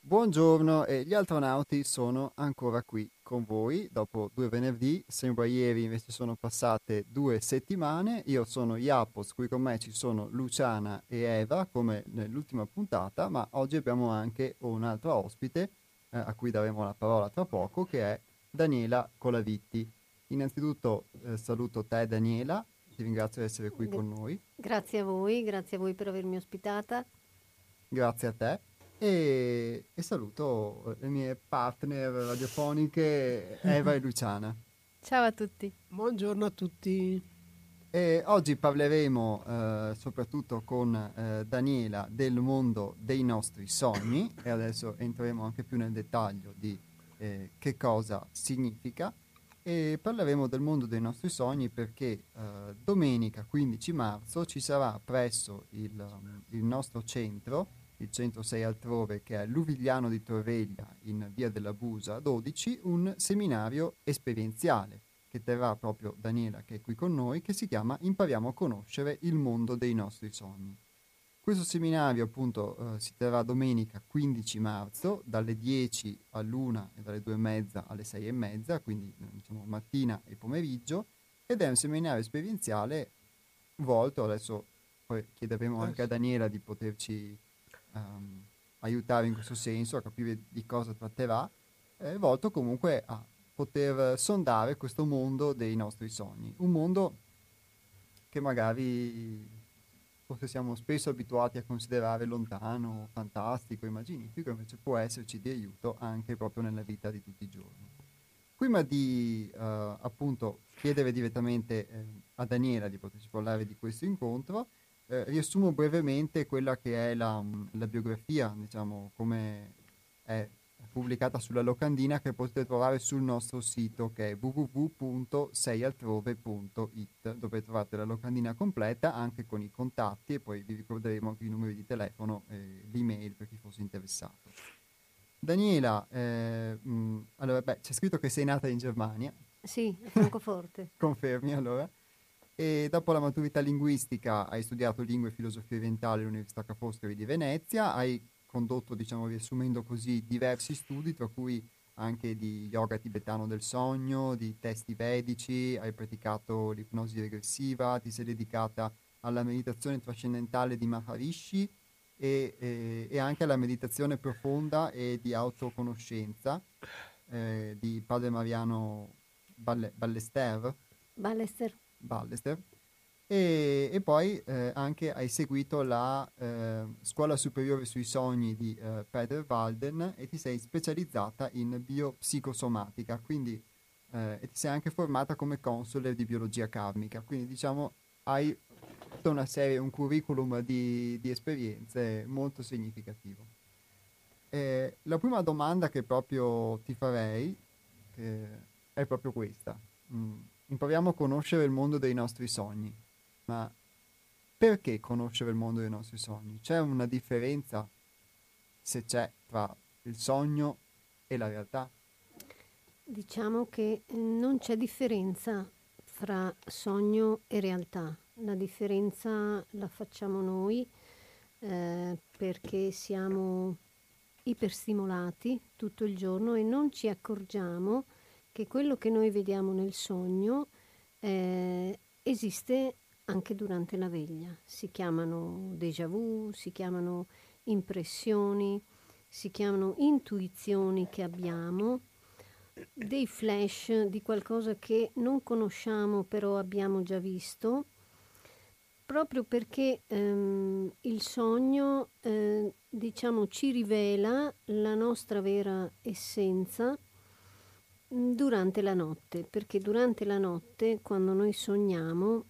Buongiorno, gli astronauti sono ancora qui con voi dopo 2 venerdì, sembra ieri invece sono passate 2 settimane. Io sono Iapos, qui con me ci sono Luciana e Eva come nell'ultima puntata, ma oggi abbiamo anche un altro ospite a cui daremo la parola tra poco, che è Daniela Colavitti. Innanzitutto saluto te Daniela, ti ringrazio di essere qui Gra- con noi. grazie a voi per avermi ospitata. Grazie a te e saluto le mie partner radiofoniche Eva e Luciana. Ciao a tutti. Buongiorno a tutti. E oggi parleremo soprattutto con Daniela del mondo dei nostri sogni e adesso entreremo anche più nel dettaglio di che cosa significa e parleremo del mondo dei nostri sogni perché domenica 15 marzo ci sarà presso il nostro centro, il centro 6 altrove che è Luvigliano di Torveglia in via della Busa 12, un seminario esperienziale che terrà proprio Daniela che è qui con noi, che si chiama Impariamo a conoscere il mondo dei nostri sogni. Questo seminario appunto si terrà domenica 15 marzo dalle 10 all'1 e dalle 2:30 alle 6:30, quindi diciamo mattina e pomeriggio, ed è un seminario esperienziale volto, adesso poi chiederemo anche a Daniela di poterci aiutare in questo senso, a capire di cosa tratterà, volto comunque a poter sondare questo mondo dei nostri sogni, un mondo che magari forse siamo spesso abituati a considerare lontano, fantastico, immaginifico, invece può esserci di aiuto anche proprio nella vita di tutti i giorni. Prima di appunto chiedere direttamente a Daniela di poterci parlare di questo incontro, riassumo brevemente quella che è la biografia, diciamo, come è pubblicata sulla locandina che potete trovare sul nostro sito che è www.seialtrove.it, dove trovate la locandina completa anche con i contatti e poi vi ricorderemo anche i numeri di telefono e l'email per chi fosse interessato. Daniela, allora, c'è scritto che sei nata in Germania, Sì, a Francoforte. confermi allora? E dopo la maturità linguistica hai studiato lingue e filosofia orientale all'Università Ca' Foscari di Venezia, hai condotto, diciamo, riassumendo così, diversi studi, tra cui anche di yoga tibetano del sogno, di testi vedici, hai praticato l'ipnosi regressiva, ti sei dedicata alla meditazione trascendentale di Maharishi e anche alla meditazione profonda e di autoconoscenza di Padre Mariano Ballester, Ballester. Ballester. E poi anche hai seguito la scuola superiore sui sogni di Peter Walden e ti sei specializzata in biopsicosomatica, quindi e ti sei anche formata come console di biologia karmica, quindi diciamo hai tutta una serie, un curriculum di esperienze molto significativo. La prima domanda che proprio ti farei è proprio questa. Mm, Impariamo a conoscere il mondo dei nostri sogni, ma perché conoscere il mondo dei nostri sogni? C'è una differenza, se c'è, tra il sogno e la realtà? Diciamo che non c'è differenza fra sogno e realtà. La differenza la facciamo noi perché siamo iperstimolati tutto il giorno e non ci accorgiamo che quello che noi vediamo nel sogno esiste anche durante la veglia. Si chiamano déjà vu, si chiamano impressioni, si chiamano intuizioni che abbiamo, dei flash di qualcosa che non conosciamo però abbiamo già visto, proprio perché il sogno diciamo ci rivela la nostra vera essenza durante la notte, perché durante la notte quando noi sogniamo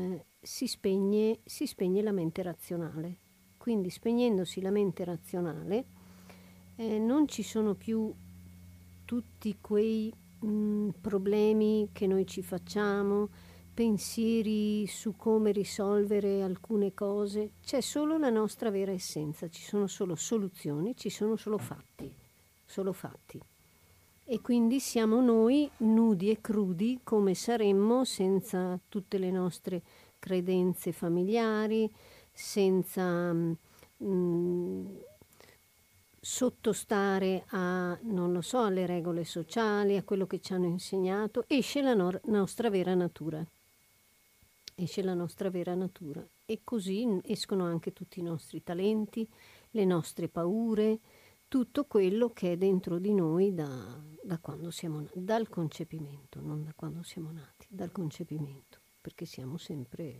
si spegne la mente razionale. Quindi spegnendosi la mente razionale non ci sono più tutti quei problemi che noi ci facciamo, pensieri su come risolvere alcune cose, c'è solo la nostra vera essenza, ci sono solo soluzioni, ci sono solo fatti, solo fatti. E quindi siamo noi nudi e crudi come saremmo senza tutte le nostre credenze familiari, senza sottostare a, non lo so, alle regole sociali, a quello che ci hanno insegnato, esce la nostra vera natura. Esce la nostra vera natura e così escono anche tutti i nostri talenti, le nostre paure, tutto quello che è dentro di noi da quando siamo nati, dal concepimento, non da quando siamo nati, dal concepimento, perché siamo sempre,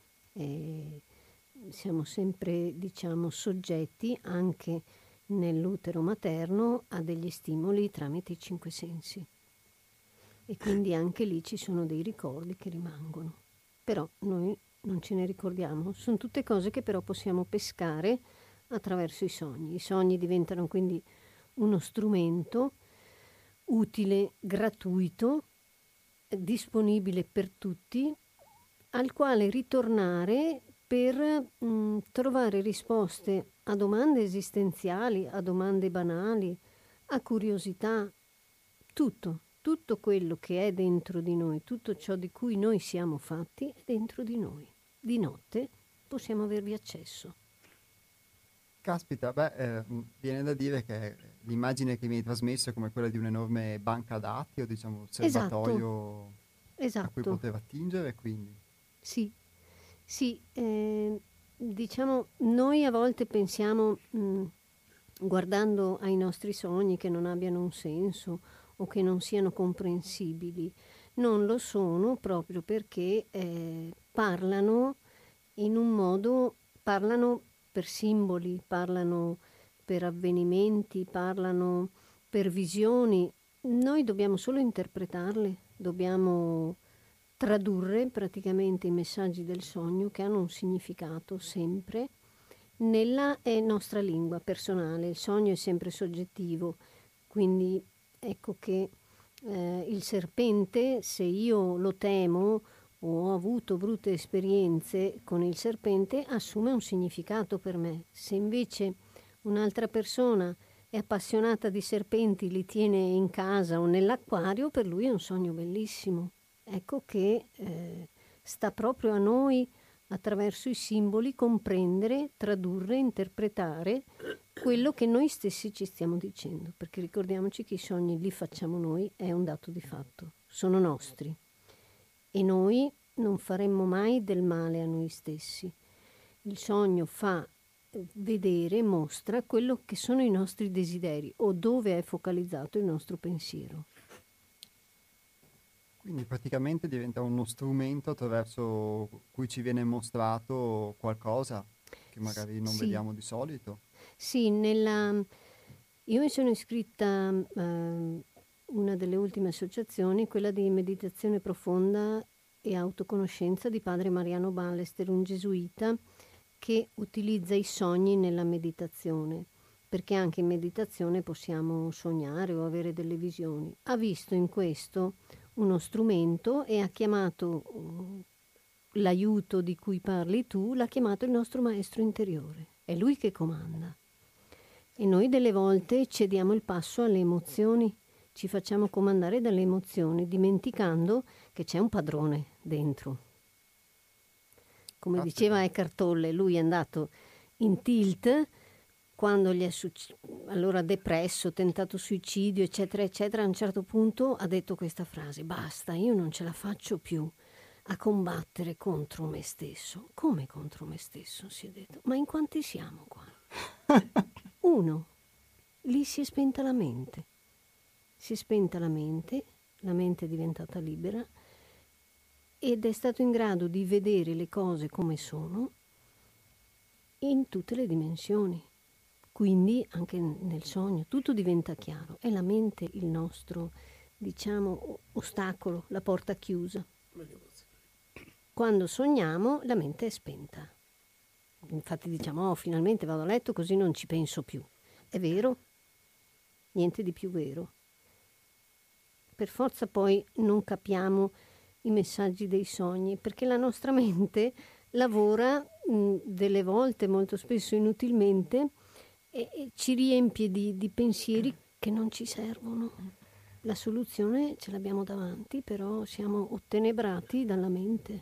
diciamo, soggetti anche nell'utero materno a degli stimoli tramite i cinque sensi. E quindi anche lì ci sono dei ricordi che rimangono. Però noi non ce ne ricordiamo. Sono tutte cose che però possiamo pescare attraverso i sogni. I sogni diventano quindi uno strumento utile, gratuito, disponibile per tutti, al quale ritornare per trovare risposte a domande esistenziali, a domande banali, a curiosità, tutto quello che è dentro di noi, tutto ciò di cui noi siamo fatti è dentro di noi. Di notte possiamo avervi accesso. Caspita, viene da dire che l'immagine che mi hai trasmesso è come quella di un'enorme banca dati o diciamo osservatorio a cui poter attingere, quindi. Sì, diciamo, noi a volte pensiamo, guardando ai nostri sogni, che non abbiano un senso o che non siano comprensibili. Non lo sono proprio perché parlano in un modo, parlano per simboli, parlano per avvenimenti, parlano per visioni. Noi dobbiamo solo interpretarle, dobbiamo tradurre praticamente i messaggi del sogno che hanno un significato sempre nella nostra lingua personale. Il sogno è sempre soggettivo, quindi ecco che il serpente, se io lo temo o ho avuto brutte esperienze con il serpente, assume un significato per me. Se invece un'altra persona è appassionata di serpenti, li tiene in casa o nell'acquario, per lui è un sogno bellissimo. Ecco che sta proprio a noi, attraverso i simboli, comprendere, tradurre, interpretare quello che noi stessi ci stiamo dicendo, perché ricordiamoci che i sogni li facciamo noi, è un dato di fatto, sono nostri e noi non faremmo mai del male a noi stessi. Il sogno fa vedere, mostra quello che sono i nostri desideri o dove è focalizzato il nostro pensiero. Quindi praticamente diventa uno strumento attraverso cui ci viene mostrato qualcosa che magari non vediamo di solito. Sì, io mi sono iscritta a una delle ultime associazioni, quella di meditazione profonda e autoconoscenza di padre Mariano Ballester, un gesuita che utilizza i sogni nella meditazione, perché anche in meditazione possiamo sognare o avere delle visioni. Ha visto in questo uno strumento e ha chiamato l'aiuto di cui parli tu, l'ha chiamato il nostro maestro interiore. È lui che comanda. E noi delle volte cediamo il passo alle emozioni, ci facciamo comandare dalle emozioni, dimenticando che c'è un padrone dentro. Come diceva Eckhart Tolle, lui è andato in tilt quando gli è allora depresso, tentato suicidio, eccetera, eccetera. A un certo punto ha detto questa frase: basta, io non ce la faccio più a combattere contro me stesso. Come contro me stesso? Si è detto. Ma in quanti siamo qua? Uno. Lì si è spenta la mente. Si è spenta la mente è diventata libera ed è stato in grado di vedere le cose come sono in tutte le dimensioni. Quindi anche nel sogno tutto diventa chiaro. È la mente il nostro, diciamo, ostacolo, la porta chiusa. Quando sogniamo la mente è spenta. Infatti diciamo, finalmente vado a letto così non ci penso più. È vero? Niente di più vero. Per forza poi non capiamo i messaggi dei sogni, perché la nostra mente lavora delle volte, molto spesso inutilmente, e ci riempie di pensieri che non ci servono. La soluzione ce l'abbiamo davanti, però siamo ottenebrati dalla mente.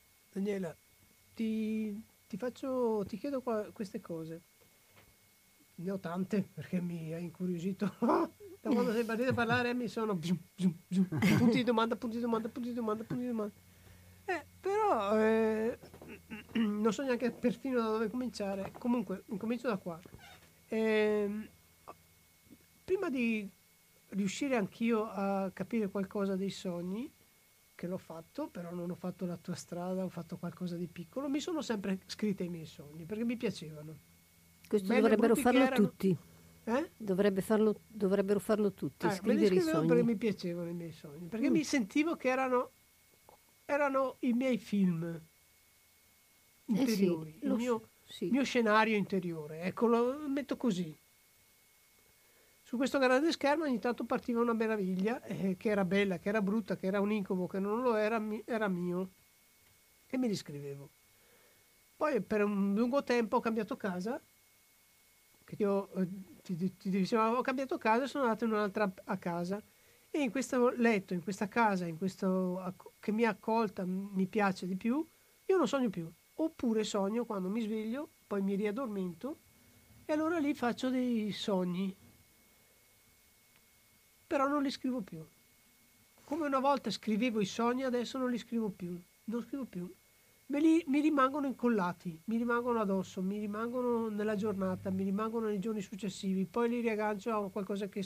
Daniela, ti chiedo queste cose. Ne ho tante perché mi ha incuriosito. Da quando sei partito a parlare mi sono punti di domanda, punti di domanda, punti di domanda, punti di domanda. Però non so neanche perfino da dove cominciare. Comunque, incomincio da qua. Prima di riuscire anch'io a capire qualcosa dei sogni, che l'ho fatto, però non ho fatto la tua strada, ho fatto qualcosa di piccolo, mi sono sempre scritta i miei sogni perché mi piacevano. Questo Belli e dovrebbero brutti che farlo erano. tutti. Dovrebbero farlo tutti, Me li scrivere i scrivevo perché sogni. mi piacevano i miei sogni, perché mi sentivo che erano i miei film interiori, il mio scenario interiore. Ecco, lo metto così. Su questo grande schermo ogni tanto partiva una meraviglia, che era bella, che era brutta, che era un incubo, che non lo era, era mio, e me li scrivevo. Poi per un lungo tempo ho cambiato casa, che ti dicevo, ho cambiato casa e sono andato in un'altra a casa, e in questo letto, in questa casa, che mi ha accolta, mi piace di più, io non sogno più. Oppure sogno quando mi sveglio, poi mi riaddormento, e allora lì faccio dei sogni. Però non li scrivo più. Come una volta scrivevo i sogni, adesso non li scrivo più. Non scrivo più. Mi rimangono incollati, mi rimangono addosso, mi rimangono nella giornata, mi rimangono nei giorni successivi. Poi li riaggancio a qualcosa che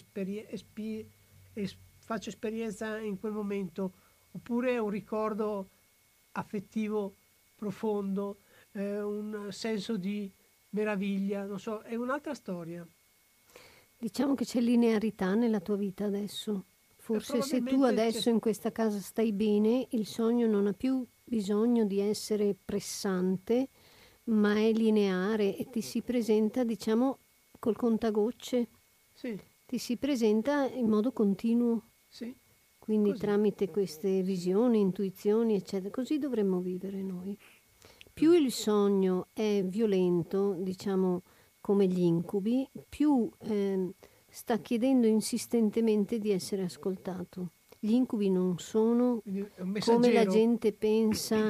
faccio esperienza in quel momento. Oppure un ricordo affettivo profondo, un senso di meraviglia, non so, è un'altra storia. Diciamo che c'è linearità nella tua vita adesso. Forse se tu adesso in questa casa stai bene, il sogno non ha più bisogno di essere pressante, ma è lineare e ti si presenta, diciamo, col contagocce. Sì. Ti si presenta in modo continuo. Sì. Quindi Così. Tramite queste visioni, intuizioni, eccetera. Così dovremmo vivere noi. Più il sogno è violento, diciamo, come gli incubi, più sta chiedendo insistentemente di essere ascoltato. Gli incubi non sono, come la gente pensa,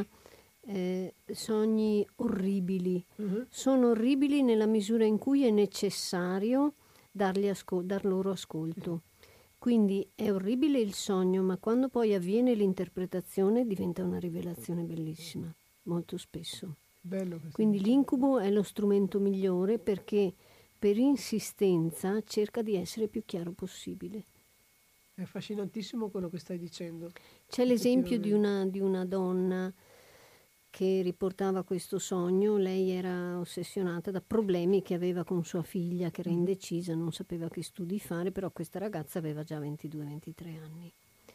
sogni orribili. Sono orribili nella misura in cui è necessario dar loro ascolto. Quindi è orribile il sogno, ma quando poi avviene l'interpretazione diventa una rivelazione bellissima, molto spesso. Quindi l'incubo è lo strumento migliore perché per insistenza cerca di essere più chiaro possibile. È affascinantissimo quello che stai dicendo. C'è l'esempio di una donna che riportava questo sogno. Lei era ossessionata da problemi che aveva con sua figlia, che era indecisa, non sapeva che studi fare, però questa ragazza aveva già 22-23 anni.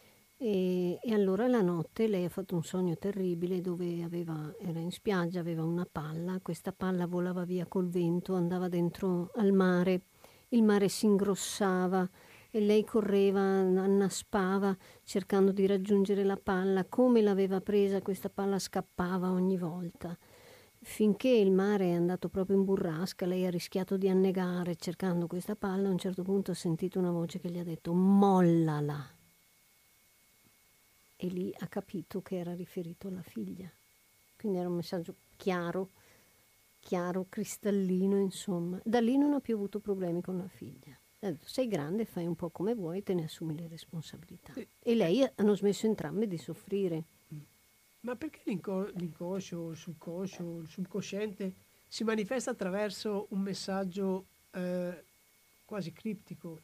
E allora la notte lei ha fatto un sogno terribile dove era in spiaggia, aveva una palla, questa palla volava via col vento, andava dentro al mare, il mare si ingrossava e lei correva, annaspava cercando di raggiungere la palla. Come l'aveva presa questa palla scappava ogni volta, finché il mare è andato proprio in burrasca. Lei ha rischiato di annegare cercando questa palla. A un certo punto ha sentito una voce che gli ha detto mollala, e lì ha capito che era riferito alla figlia. Quindi era un messaggio chiaro, cristallino, insomma. Da lì non ha più avuto problemi con la figlia. Sei grande, fai un po' come vuoi, te ne assumi le responsabilità. E lei hanno smesso entrambe di soffrire. Ma perché l'inconscio, il subconscio, il subconsciente si manifesta attraverso un messaggio quasi criptico?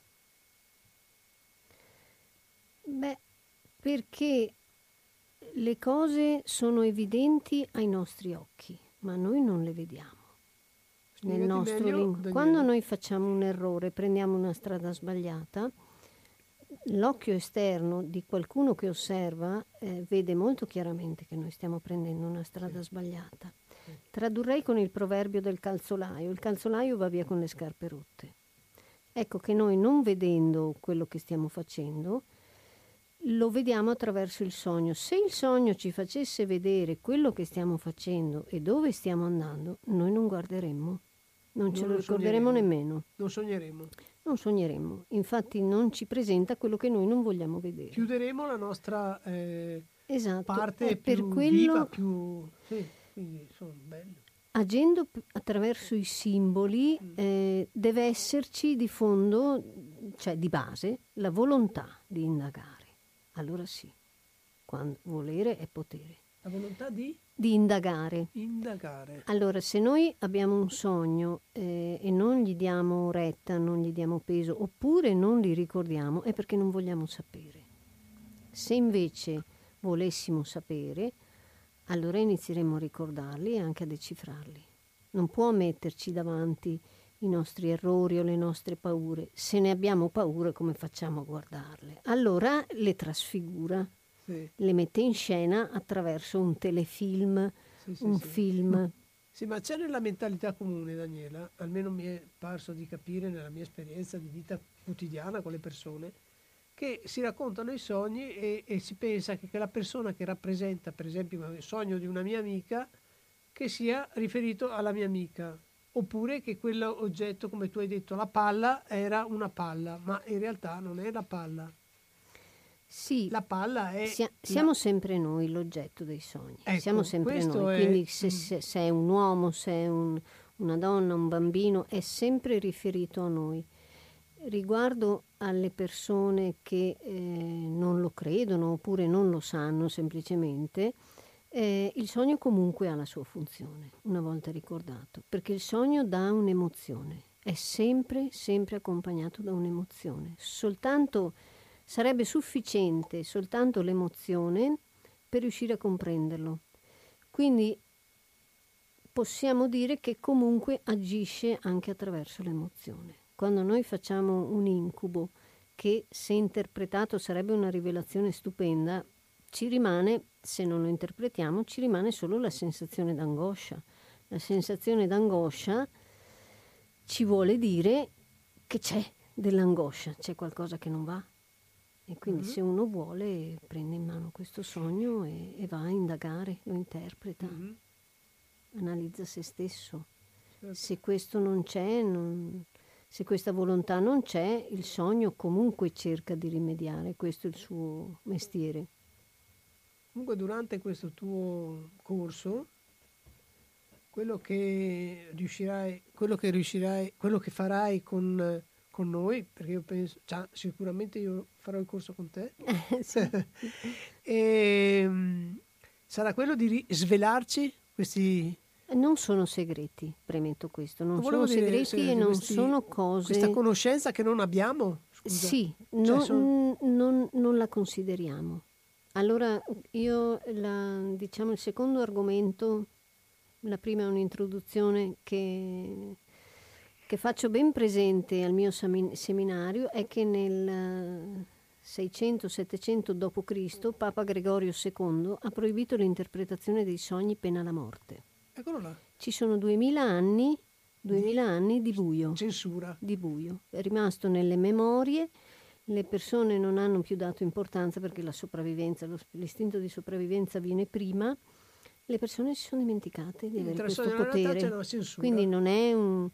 Beh, perché le cose sono evidenti ai nostri occhi, ma noi non le vediamo. Nel nostro quando noi facciamo un errore, prendiamo una strada sbagliata, l'occhio esterno di qualcuno che osserva vede molto chiaramente che noi stiamo prendendo una strada sbagliata. Tradurrei con il proverbio del calzolaio: il calzolaio va via con le scarpe rotte. Ecco che noi, non vedendo quello che stiamo facendo, lo vediamo attraverso il sogno. Se il sogno ci facesse vedere quello che stiamo facendo e dove stiamo andando, noi non guarderemmo, non ce lo ricorderemo nemmeno. Non sogneremo. Non sogneremo, infatti non ci presenta quello che noi non vogliamo vedere. Chiuderemo la nostra esatto. parte per più quello... viva, più... Sì, quindi sono bello. agendo attraverso i simboli deve esserci di fondo, cioè di base, la volontà di indagare. Allora sì, quando volere è potere. La volontà di indagare. Indagare. Allora, se noi abbiamo un sogno e non gli diamo retta, non gli diamo peso, oppure non li ricordiamo, è perché non vogliamo sapere. Se invece volessimo sapere, allora inizieremo a ricordarli e anche a decifrarli. Non può metterci davanti i nostri errori o le nostre paure. Se ne abbiamo paura, come facciamo a guardarle? Allora le trasfigura, sì. Le mette in scena attraverso un telefilm, un film. Sì, ma c'è nella mentalità comune, Daniela, almeno mi è parso di capire nella mia esperienza di vita quotidiana con le persone, che si raccontano i sogni e si pensa che la persona che rappresenta, per esempio, il sogno di una mia amica, che sia riferito alla mia amica, oppure che quell'oggetto, come tu hai detto, la palla era una palla, ma in realtà non è la palla. Sì, la palla è... siamo sempre noi l'oggetto dei sogni, ecco, siamo sempre noi, quindi se è un uomo, se è una donna, un bambino, è sempre riferito a noi. Riguardo alle persone che non lo credono oppure non lo sanno semplicemente, il sogno comunque ha la sua funzione, una volta ricordato, perché il sogno dà un'emozione, è sempre accompagnato da un'emozione. Sarebbe sufficiente soltanto l'emozione per riuscire a comprenderlo. Quindi possiamo dire che comunque agisce anche attraverso l'emozione. Quando noi facciamo un incubo, che se interpretato sarebbe una rivelazione stupenda, ci rimane, se non lo interpretiamo, ci rimane solo la sensazione d'angoscia. La sensazione d'angoscia ci vuole dire che c'è dell'angoscia, c'è qualcosa che non va. E quindi se uno vuole prende in mano questo sogno e va a indagare, lo interpreta, analizza se stesso. Certo. Se questo non c'è, se questa volontà non c'è, il sogno comunque cerca di rimediare, questo è il suo mestiere. Comunque durante questo tuo corso, quello che farai con noi, perché io penso, sicuramente io farò il corso con te, Sì. Sarà quello di svelarci questi... Non sono segreti, premetto questo, non sono dire, segreti e non sono cose... Questa conoscenza che non abbiamo? Scusa. Sì, non la consideriamo. Allora io, diciamo, il secondo argomento, la prima è un'introduzione che faccio ben presente al mio seminario, è che nel 600-700 d.C. Papa Gregorio II ha proibito l'interpretazione dei sogni pena la morte. Eccolo là. Ci sono 2000 anni di buio. Censura. Di buio. È rimasto nelle memorie, le persone non hanno più dato importanza perché la sopravvivenza, l'istinto di sopravvivenza viene prima, le persone si sono dimenticate di avere questo potere. Quindi non è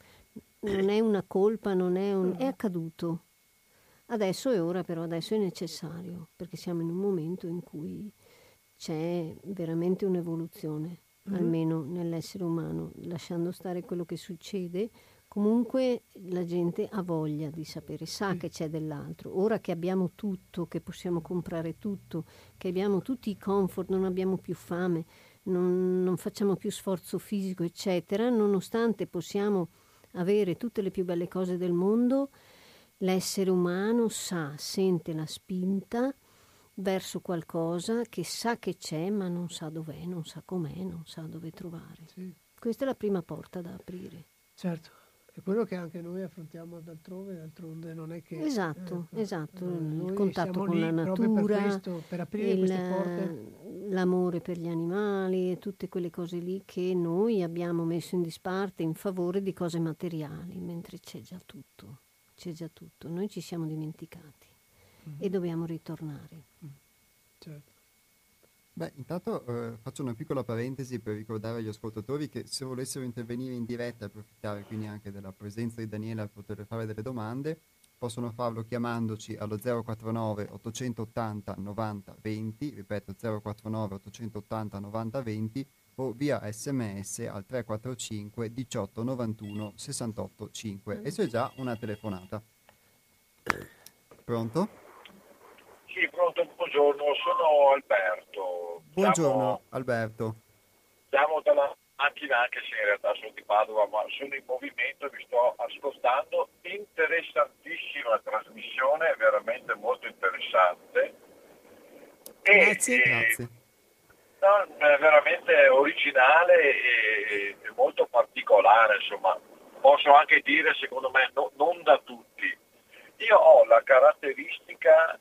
una colpa, è accaduto. Adesso è ora, però adesso è necessario, perché siamo in un momento in cui c'è veramente un'evoluzione, almeno nell'essere umano, lasciando stare quello che succede. Comunque la gente ha voglia di sapere, sa che c'è dell'altro. Ora che abbiamo tutto, che possiamo comprare tutto, che abbiamo tutti i comfort, non abbiamo più fame, non facciamo più sforzo fisico, eccetera, nonostante possiamo avere tutte le più belle cose del mondo, l'essere umano sente la spinta verso qualcosa che sa che c'è, ma non sa dov'è, non sa com'è, non sa dove trovare. Sì. Questa è la prima porta da aprire. Certo, è quello che anche noi affrontiamo d'altronde non è che... Esatto. Il noi contatto con lì la proprio natura, per aprire queste porte. L'amore per gli animali e tutte quelle cose lì che noi abbiamo messo in disparte in favore di cose materiali, mentre c'è già tutto. Noi ci siamo dimenticati e dobbiamo ritornare. Certo. Beh, intanto faccio una piccola parentesi per ricordare agli ascoltatori che se volessero intervenire in diretta e approfittare quindi anche della presenza di Daniela per poter fare delle domande, possono farlo chiamandoci allo 049 880 90 20, ripeto 049 880 90 20, o via sms al 345 18 91 68 5. E c'è già una telefonata. Pronto? Sì, pronto, buongiorno, sono Alberto. Buongiorno Alberto. Siamo dalla macchina, anche se in realtà sono di Padova, ma sono in movimento, vi sto ascoltando. Interessantissima trasmissione, veramente molto interessante. Grazie. Grazie. No, è veramente originale e molto particolare, insomma. Posso anche dire, secondo me, non da tutti. Io ho la caratteristica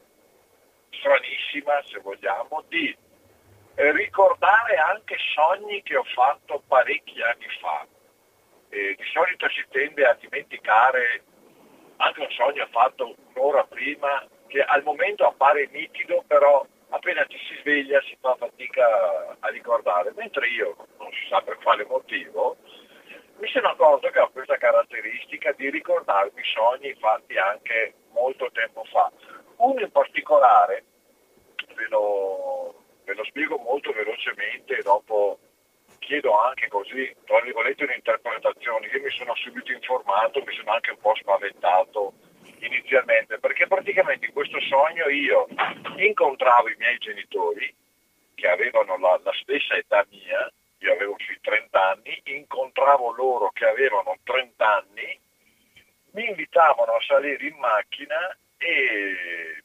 stranissima, se vogliamo, di ricordare anche sogni che ho fatto parecchi anni fa. Di solito si tende a dimenticare anche un sogno fatto un'ora prima, che al momento appare nitido, però appena ci si sveglia si fa fatica a ricordare, mentre io, non si sa per quale motivo, mi sono accorto che ho questa caratteristica di ricordarmi sogni fatti anche molto tempo fa. Uno in particolare, ve lo spiego molto velocemente e dopo chiedo anche così, tra virgolette, un'interpretazione. Io mi sono subito informato, mi sono anche un po' spaventato inizialmente, perché praticamente in questo sogno io incontravo i miei genitori, che avevano la stessa età mia, io avevo sui 30 anni, incontravo loro che avevano 30 anni, mi invitavano a salire in macchina e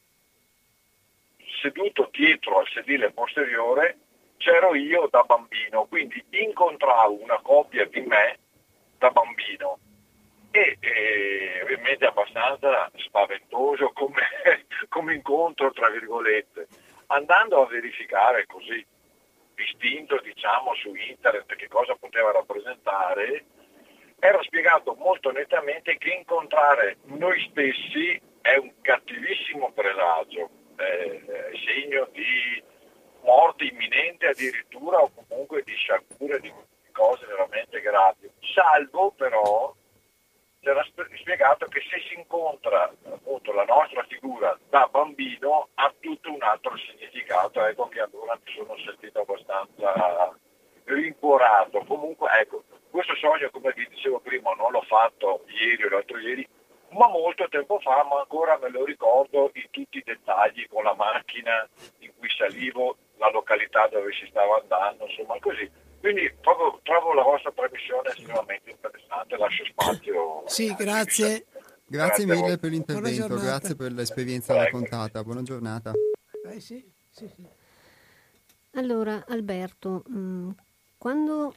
seduto dietro al sedile posteriore c'ero io da bambino, quindi incontravo una coppia di me da bambino e ovviamente abbastanza spaventoso come incontro, tra virgolette. Andando a verificare così, distinto diciamo su internet che cosa poteva rappresentare, era spiegato molto nettamente che incontrare noi stessi è un cattivissimo presagio, segno di morte imminente addirittura o comunque di sciagure, di cose veramente gravi, salvo però c'era spiegato che se si incontra appunto la nostra figura da bambino ha tutto un altro significato, ecco che allora mi sono sentito abbastanza rincuorato. Comunque ecco, questo sogno, come vi dicevo prima, non l'ho fatto ieri o l'altro ieri, ma molto tempo fa, ma ancora me lo ricordo in tutti i dettagli, con la macchina in cui salivo, la località dove si stava andando, insomma così. Quindi proprio trovo la vostra trasmissione estremamente interessante, lascio spazio. Sì, grazie. Grazie mille per Buona l'intervento, giornata. grazie per l'esperienza raccontata. Buona giornata. Sì. Allora, Alberto, quando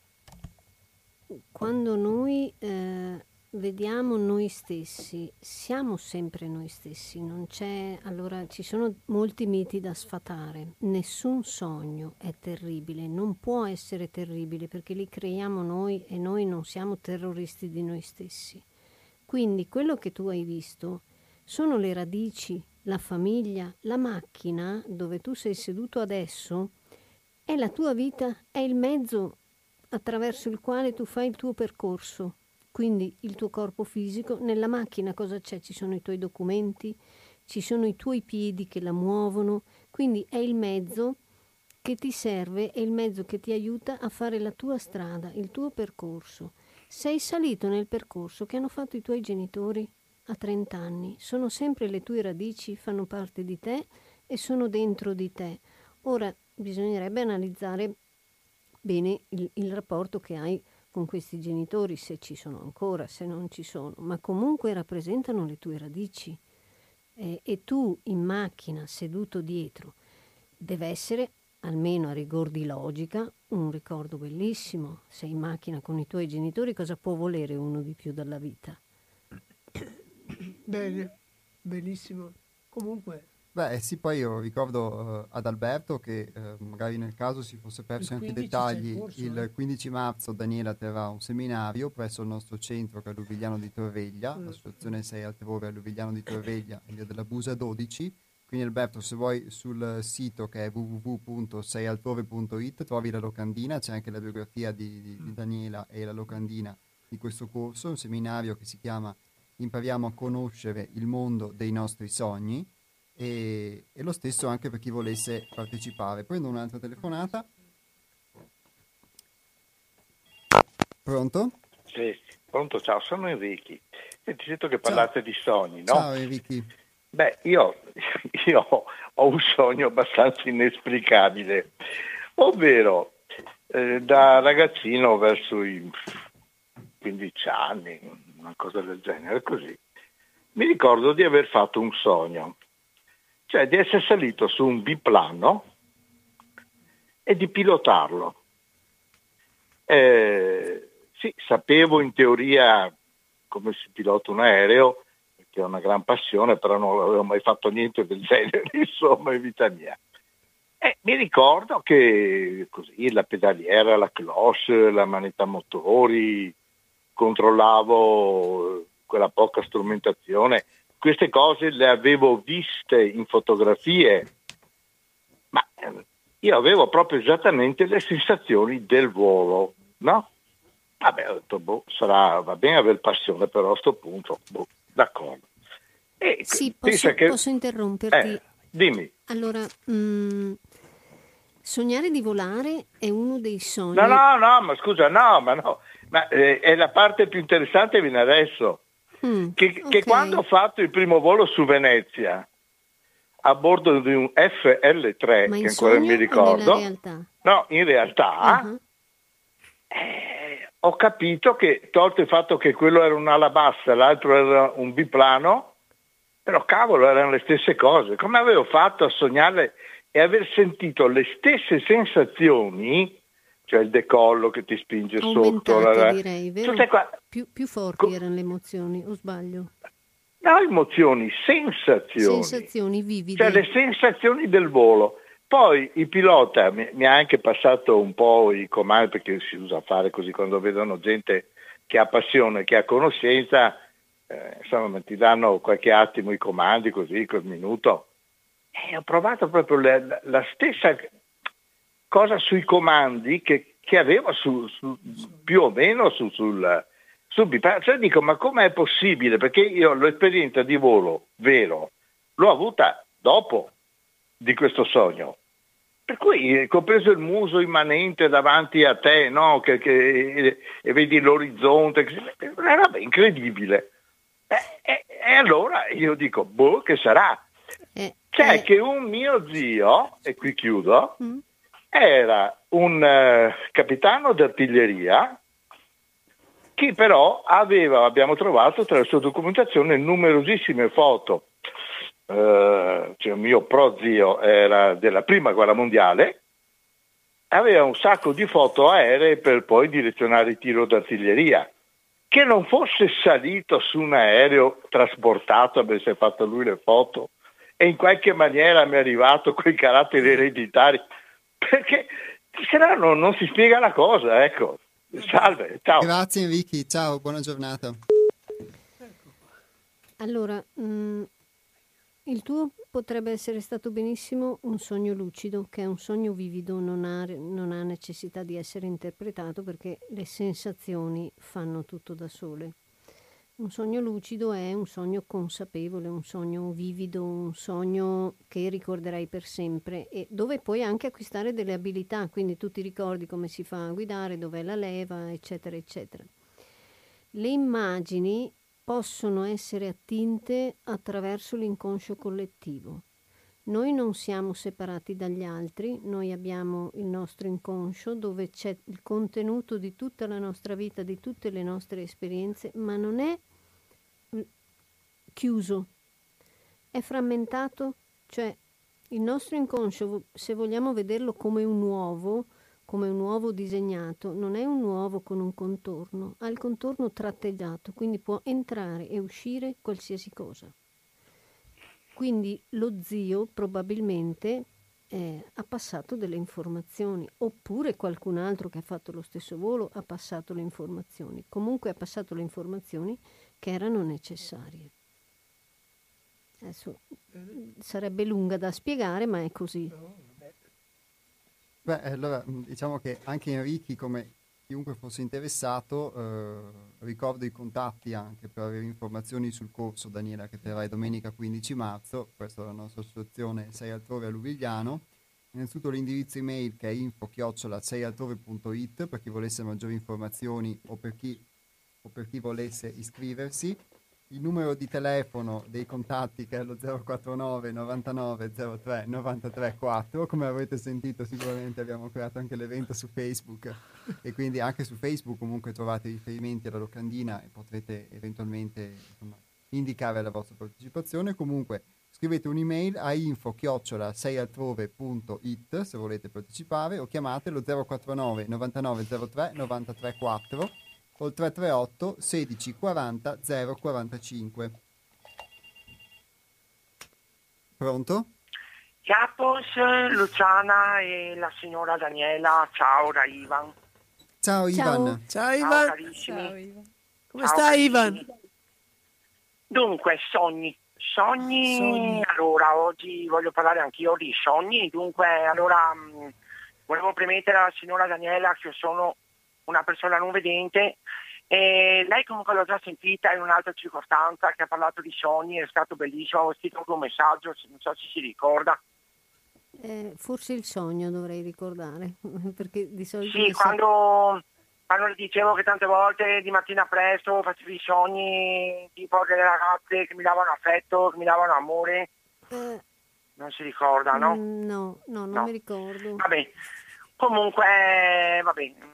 noi vediamo noi stessi, siamo sempre noi stessi, non c'è, allora ci sono molti miti da sfatare, nessun sogno è terribile, non può essere terribile perché li creiamo noi e noi non siamo terroristi di noi stessi. Quindi quello che tu hai visto sono le radici, la famiglia, la macchina dove tu sei seduto adesso, è la tua vita, è il mezzo attraverso il quale tu fai il tuo percorso. Quindi il tuo corpo fisico, nella macchina cosa c'è? Ci sono i tuoi documenti, ci sono i tuoi piedi che la muovono, quindi è il mezzo che ti serve, è il mezzo che ti aiuta a fare la tua strada, il tuo percorso. Sei salito nel percorso che hanno fatto i tuoi genitori a 30 anni, sono sempre le tue radici, fanno parte di te e sono dentro di te. Ora bisognerebbe analizzare bene il rapporto che hai con questi genitori, se ci sono ancora, se non ci sono, ma comunque rappresentano le tue radici. E tu in macchina, seduto dietro, deve essere, almeno a rigor di logica, un ricordo bellissimo. Sei in macchina con i tuoi genitori, cosa può volere uno di più dalla vita? Bene, benissimo. Comunque... Beh sì, poi io ricordo ad Alberto che magari nel caso si fosse perso anche i dettagli, il 15 marzo Daniela terrà un seminario presso il nostro centro che è a Luvigliano di Torveglia, l'associazione 6 Altrove a Luvigliano di Torveglia, in via della Busa 12. Quindi Alberto, se vuoi sul sito che è www.seialtrove.it trovi la locandina, c'è anche la biografia di Daniela e la locandina di questo corso, un seminario che si chiama Impariamo a conoscere il mondo dei nostri sogni. E lo stesso anche per chi volesse partecipare. Prendo un'altra telefonata. Pronto? Sì, pronto, ciao, sono Enrichi. Sento che parlate di sogni, no? Ciao Enrichi. Beh, io ho un sogno abbastanza inesplicabile, ovvero da ragazzino verso i 15 anni, una cosa del genere, così, mi ricordo di aver fatto un sogno, cioè di essere salito su un biplano e di pilotarlo. Sì, sapevo in teoria come si pilota un aereo, che è una gran passione, però non avevo mai fatto niente del genere, insomma, in vita mia. Mi ricordo che così la pedaliera, la cloche, la manetta motori, controllavo quella poca strumentazione, queste cose le avevo viste in fotografie, ma io avevo proprio esattamente le sensazioni del volo, no? Vabbè, ho detto, va bene avere passione, però a sto punto, d'accordo. Sì, posso interromperti? Dimmi. Allora, sognare di volare è uno dei sogni. No, ma scusa, ma è la parte più interessante, viene adesso. Che quando ho fatto il primo volo su Venezia, a bordo di un FL3, ma che ancora mi ricordo. No, in realtà ho capito che, tolto il fatto che quello era un'ala bassa, l'altro era un biplano, però cavolo, erano le stesse cose. Come avevo fatto a sognarle e aver sentito le stesse sensazioni, cioè il decollo che ti spinge aumentate, sotto, direi, vero? Più forti erano le emozioni, o sbaglio? No, emozioni, sensazioni. Sensazioni vivide. Cioè le sensazioni del volo. Poi il pilota mi ha anche passato un po' i comandi, perché si usa fare così quando vedono gente che ha passione, che ha conoscenza, insomma ti danno qualche attimo i comandi così, quel minuto. E ho provato proprio la stessa cosa sui comandi che avevo più o meno sul biplano. Cioè dico, ma com'è possibile? Perché io l'esperienza di volo vero l'ho avuta dopo di questo sogno. Per cui, compreso il muso immanente davanti a te, no? e vedi l'orizzonte, è una roba incredibile. E allora io dico, che sarà? C'è che un mio zio, e qui chiudo, era un capitano d'artiglieria che però abbiamo trovato tra la sua documentazione numerosissime foto. Cioè, mio prozio era della prima guerra mondiale, aveva un sacco di foto aeree per poi direzionare il tiro d'artiglieria. Che non fosse salito su un aereo trasportato, avesse fatto lui le foto e in qualche maniera mi è arrivato quei caratteri ereditari, perché se no non si spiega la cosa, ecco. Salve, ciao. Grazie Enrichi, ciao, buona giornata. Allora, il tuo potrebbe essere stato benissimo un sogno lucido, che è un sogno vivido, non ha necessità di essere interpretato perché le sensazioni fanno tutto da sole. Un sogno lucido è un sogno consapevole, un sogno vivido, un sogno che ricorderai per sempre e dove puoi anche acquistare delle abilità, quindi tu ti ricordi come si fa a guidare, dov'è la leva, eccetera, eccetera. Le immagini possono essere attinte attraverso l'inconscio collettivo. Noi non siamo separati dagli altri, noi abbiamo il nostro inconscio dove c'è il contenuto di tutta la nostra vita, di tutte le nostre esperienze, ma non è chiuso, è frammentato, cioè il nostro inconscio, se vogliamo vederlo come un uovo disegnato, non è un uovo con un contorno, ha il contorno tratteggiato, quindi può entrare e uscire qualsiasi cosa. Quindi lo zio probabilmente ha passato delle informazioni, oppure qualcun altro che ha fatto lo stesso volo ha passato le informazioni. Comunque ha passato le informazioni che erano necessarie. Adesso sarebbe lunga da spiegare, ma è così. Beh, allora diciamo che anche Enrichi, come chiunque fosse interessato, ricordo i contatti anche per avere informazioni sul corso, Daniela, che terrai domenica 15 marzo, questa è la nostra associazione Sei altrove a Luvigliano, innanzitutto l'indirizzo email che è info@seialtrove.it per chi volesse maggiori informazioni o per chi volesse iscriversi. Il numero di telefono dei contatti che è lo 049 99 03 93 4. Come avrete sentito sicuramente abbiamo creato anche l'evento su Facebook e quindi anche su Facebook comunque trovate riferimenti alla locandina e potrete eventualmente indicare la vostra partecipazione. Comunque scrivete un'email a info@seialtrove.it se volete partecipare o chiamate lo 049 99 03 93 4 o il 338 16 40 045. Pronto? Chiapos, Luciana e la signora Daniela, ciao da Ivan. Ciao Ivan. Ciao Ivan. Ciao carissimi. Ciao, Ivan. Come Ciao, stai carissimi. Ivan? Dunque, sogni. Allora, oggi voglio parlare anch'io di sogni. Dunque, allora, volevo premettere alla signora Daniela che io sono una persona non vedente e lei comunque l'ho già sentita in un'altra circostanza che ha parlato di sogni, è stato bellissimo, ho scritto anche un messaggio, non so se si ricorda. Forse il sogno dovrei ricordare, perché di solito... Sì, quando le dicevo che tante volte di mattina presto facevo i sogni tipo delle ragazze che mi davano affetto, che mi davano amore. Non si ricorda, no? No, non mi ricordo. Vabbè, comunque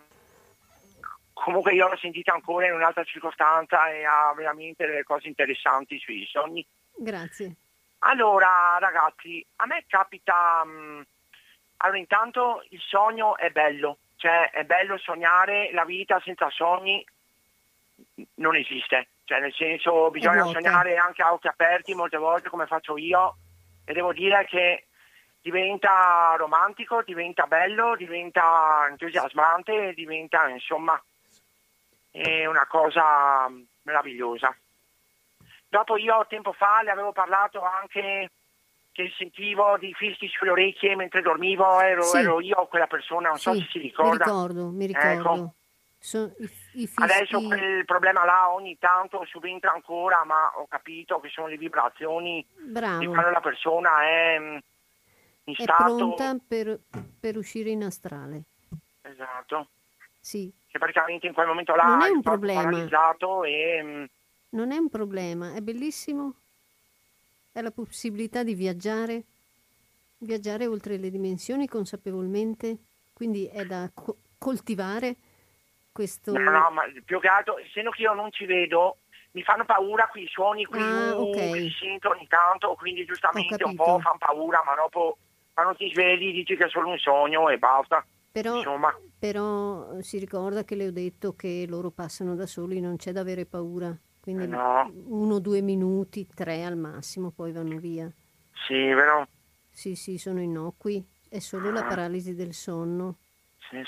io l'ho sentita ancora in un'altra circostanza e ha veramente delle cose interessanti sui sogni. Grazie. Allora, ragazzi, a me capita... allora, intanto il sogno è bello. Cioè è bello sognare, la vita senza sogni non esiste, cioè nel senso bisogna sognare anche a occhi aperti molte volte come faccio io e devo dire che diventa romantico, diventa bello, diventa entusiasmante, diventa insomma è una cosa meravigliosa. Dopo io tempo fa le avevo parlato anche che sentivo dei fischi sulle orecchie mentre dormivo, ero io quella persona, non so se si ricorda. Mi ricordo. Ecco. Adesso quel problema là ogni tanto subentra ancora, ma ho capito che sono le vibrazioni di quando la persona è in stato... pronta per uscire in astrale. Esatto. Sì. Che praticamente in quel momento là non è un il corpo problema. paralizzato e... Non è un problema, è bellissimo. È la possibilità di viaggiare oltre le dimensioni consapevolmente, quindi è da coltivare questo... No, ma più che altro, essendo che io non ci vedo, mi fanno paura quei suoni qui che si sentono ogni tanto, quindi giustamente un po' fanno paura, ma dopo quando ti svegli dici che è solo un sogno e basta. Però si ricorda che le ho detto che loro passano da soli, non c'è da avere paura. Quindi 1 o 2 minuti, 3 al massimo, poi vanno via. Sì, vero? Sì, sono innocui. È solo la paralisi del sonno. Sì.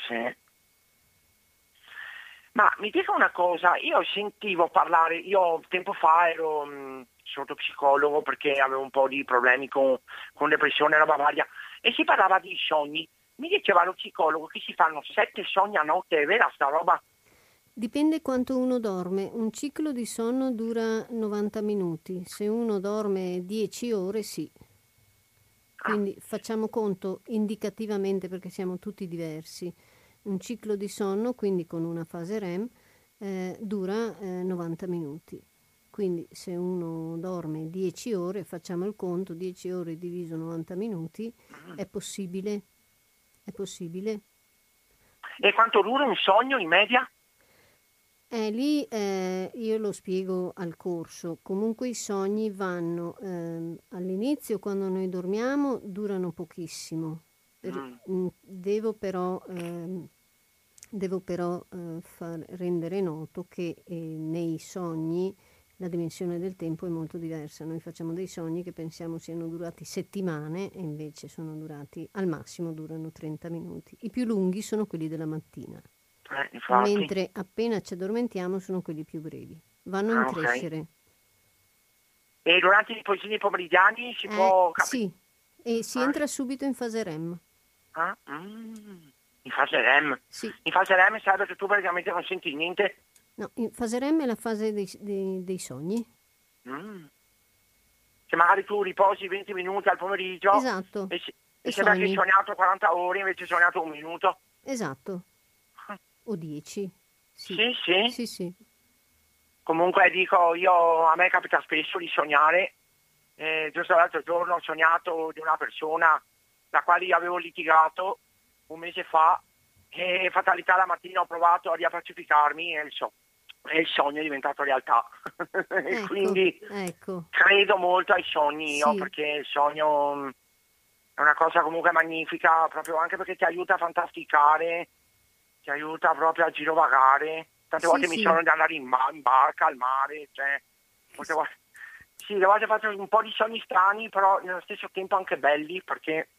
Ma mi dica una cosa, io sentivo parlare, io tempo fa ero sotto psicologo perché avevo un po' di problemi con depressione e roba varia, e si parlava di sogni. Mi diceva lo psicologo che si fanno 7 sogni a notte, è vera sta roba? Dipende quanto uno dorme. Un ciclo di sonno dura 90 minuti. Se uno dorme 10 ore, sì. Quindi facciamo conto indicativamente perché siamo tutti diversi. Un ciclo di sonno, quindi con una fase REM, dura 90 minuti. Quindi se uno dorme 10 ore, facciamo il conto, 10 ore diviso 90 minuti, è possibile. È possibile. E quanto dura un sogno in media? Lì io lo spiego al corso. Comunque i sogni vanno all'inizio, quando noi dormiamo, durano pochissimo. Devo però far rendere noto che nei sogni la dimensione del tempo è molto diversa. Noi facciamo dei sogni che pensiamo siano durati settimane e invece sono durati, al massimo durano 30 minuti. I più lunghi sono quelli della mattina. Mentre appena ci addormentiamo sono quelli più brevi, vanno in crescere. E durante i polisini pomeridiani si può sì, e si entra subito in fase REM. In fase REM? Sì. In fase REM serve che tu praticamente non senti niente? No, in fase REM è la fase dei sogni. Se magari tu riposi 20 minuti al pomeriggio. Esatto. E sembra che sogni. hai sognato 40 ore, invece hai sognato un minuto. Esatto. O 10. Sì. Sì. Sì, sì. Comunque dico, a me capita spesso di sognare. Giusto l'altro giorno ho sognato di una persona la quale io avevo litigato un mese fa e fatalità la mattina ho provato a riappacificarmi e il sogno è diventato realtà. E Ecco, quindi ecco. credo molto ai sogni io, Sì. perché il sogno è una cosa comunque magnifica, proprio anche perché ti aiuta a fantasticare, ti aiuta proprio a girovagare. Tante Sì, volte sì. mi sogno di andare in barca al mare, cioè, molte volte, sì, le volte faccio un po' di sogni strani, però nello stesso tempo anche belli, perché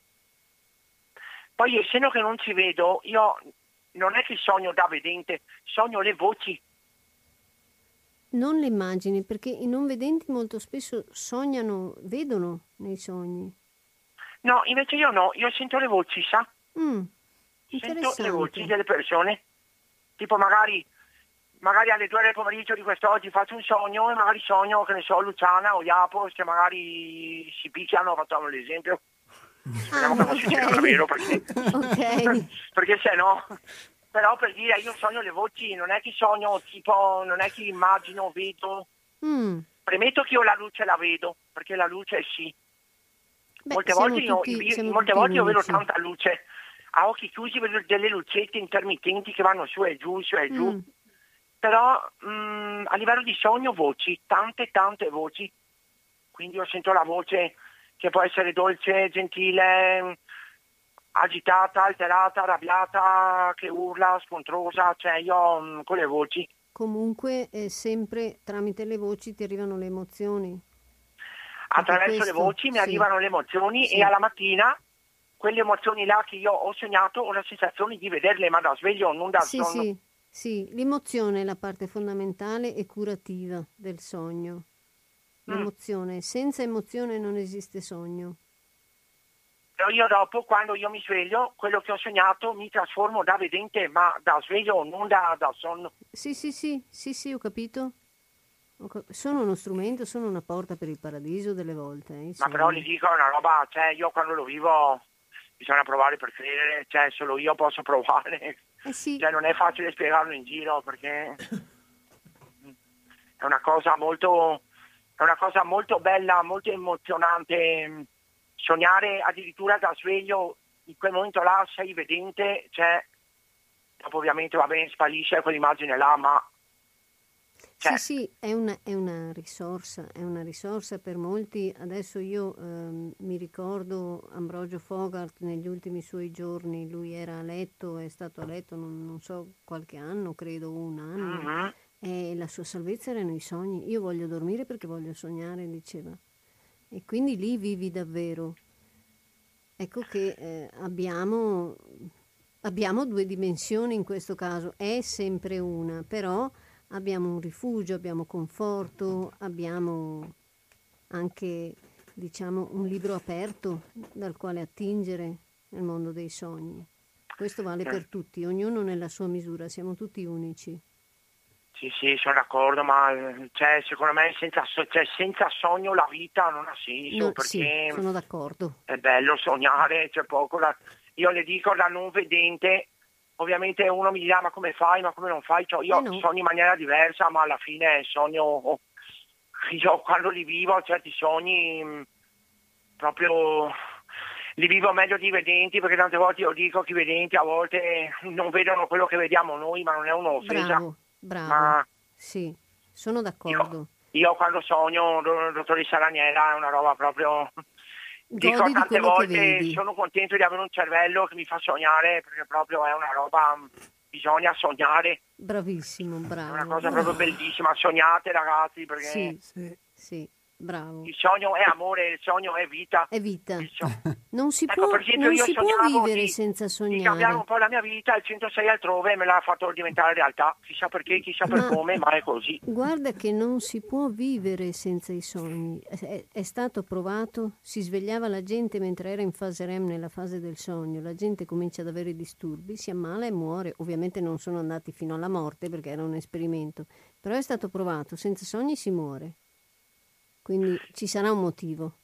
poi essendo che non ci vedo, io non è che sogno da vedente, sogno le voci. Non le immagini, perché i non vedenti molto spesso vedono nei sogni. No, invece io no, io sento le voci, sa? Sento le voci Interessante. delle persone, tipo magari alle 2 del pomeriggio di quest'oggi faccio un sogno e magari sogno, che ne so, Luciana o Japos che magari si picchiano, facciamo l'esempio. Speriamo che non succeda davvero, perché, perché se no, però per dire, io sogno le voci, non è che sogno tipo, non è che immagino, vedo. Premetto che io la luce la vedo, perché la luce sì. Beh, Molte volte io vedo unici. tanta luce, a occhi chiusi vedo delle lucette intermittenti che vanno su e giù, su e giù. Però a livello di sogno voci, tante voci. Quindi io sento la voce che può essere dolce, gentile, agitata, alterata, arrabbiata, che urla, scontrosa, cioè io con le voci. Comunque sempre tramite le voci ti arrivano le emozioni. Attraverso le voci mi arrivano le emozioni e alla mattina quelle emozioni là che io ho sognato ho la sensazione di vederle, ma da sveglio, non da sonno. Sì, l'emozione è la parte fondamentale e curativa del sogno. L'emozione, senza emozione non esiste sogno. Però io dopo, quando io mi sveglio, quello che ho sognato mi trasformo da vedente, ma da sveglio, non da sonno. Sì, ho capito. Sono uno strumento, sono una porta per il paradiso delle volte. Ma però gli dico una roba, cioè io quando lo vivo bisogna provare per credere, cioè solo io posso provare. Cioè non è facile spiegarlo in giro, perché è una cosa molto bella, molto emozionante. Sognare addirittura da sveglio, in quel momento là sei vedente, cioè dopo ovviamente va bene, sparisce quell'immagine là, ma Sì, è una risorsa per molti. Adesso io mi ricordo Ambrogio Fogart negli ultimi suoi giorni, lui era a letto, è stato a letto non so, qualche anno, credo un anno, e la sua salvezza erano i sogni. Io voglio dormire perché voglio sognare, diceva. E quindi lì vivi davvero. Ecco che abbiamo 2 dimensioni in questo caso, è sempre una, però abbiamo un rifugio, abbiamo conforto, abbiamo anche, diciamo, un libro aperto dal quale attingere nel mondo dei sogni. Questo vale per tutti, ognuno nella sua misura, siamo tutti unici. Sì, sono d'accordo, ma cioè, secondo me senza sogno la vita non ha senso, perché sì, sono d'accordo. È bello sognare, c'è poco io le dico da non vedente, ovviamente uno mi dirà ma come fai, ma come non fai, cioè, io sogno in maniera diversa, ma alla fine sogno, io quando li vivo certi sogni proprio li vivo meglio di vedenti, perché tante volte io dico che i vedenti a volte non vedono quello che vediamo noi, ma non è un'offesa. Bravo, sì, sono d'accordo. Io quando sogno, dottoressa Raniera, è una roba proprio... Dico tante volte, sono contento di avere un cervello che mi fa sognare, perché proprio è una roba, bisogna sognare. Bravissimo, bravo. È una cosa proprio bellissima, sognate ragazzi, perché... Sì, bravo. Il sogno è amore, il sogno è vita. È vita. Non si ecco, può, non si può vivere senza sognare. Di cambiare un po' la mia vita, il 106 altrove me l'ha fatto diventare realtà. Chissà perché, chissà per come, ma è così. Guarda che non si può vivere senza i sogni. È stato provato, si svegliava la gente mentre era in fase REM, nella fase del sogno. La gente comincia ad avere disturbi, si ammala e muore. Ovviamente non sono andati fino alla morte perché era un esperimento. Però è stato provato, senza sogni si muore. Quindi ci sarà un motivo.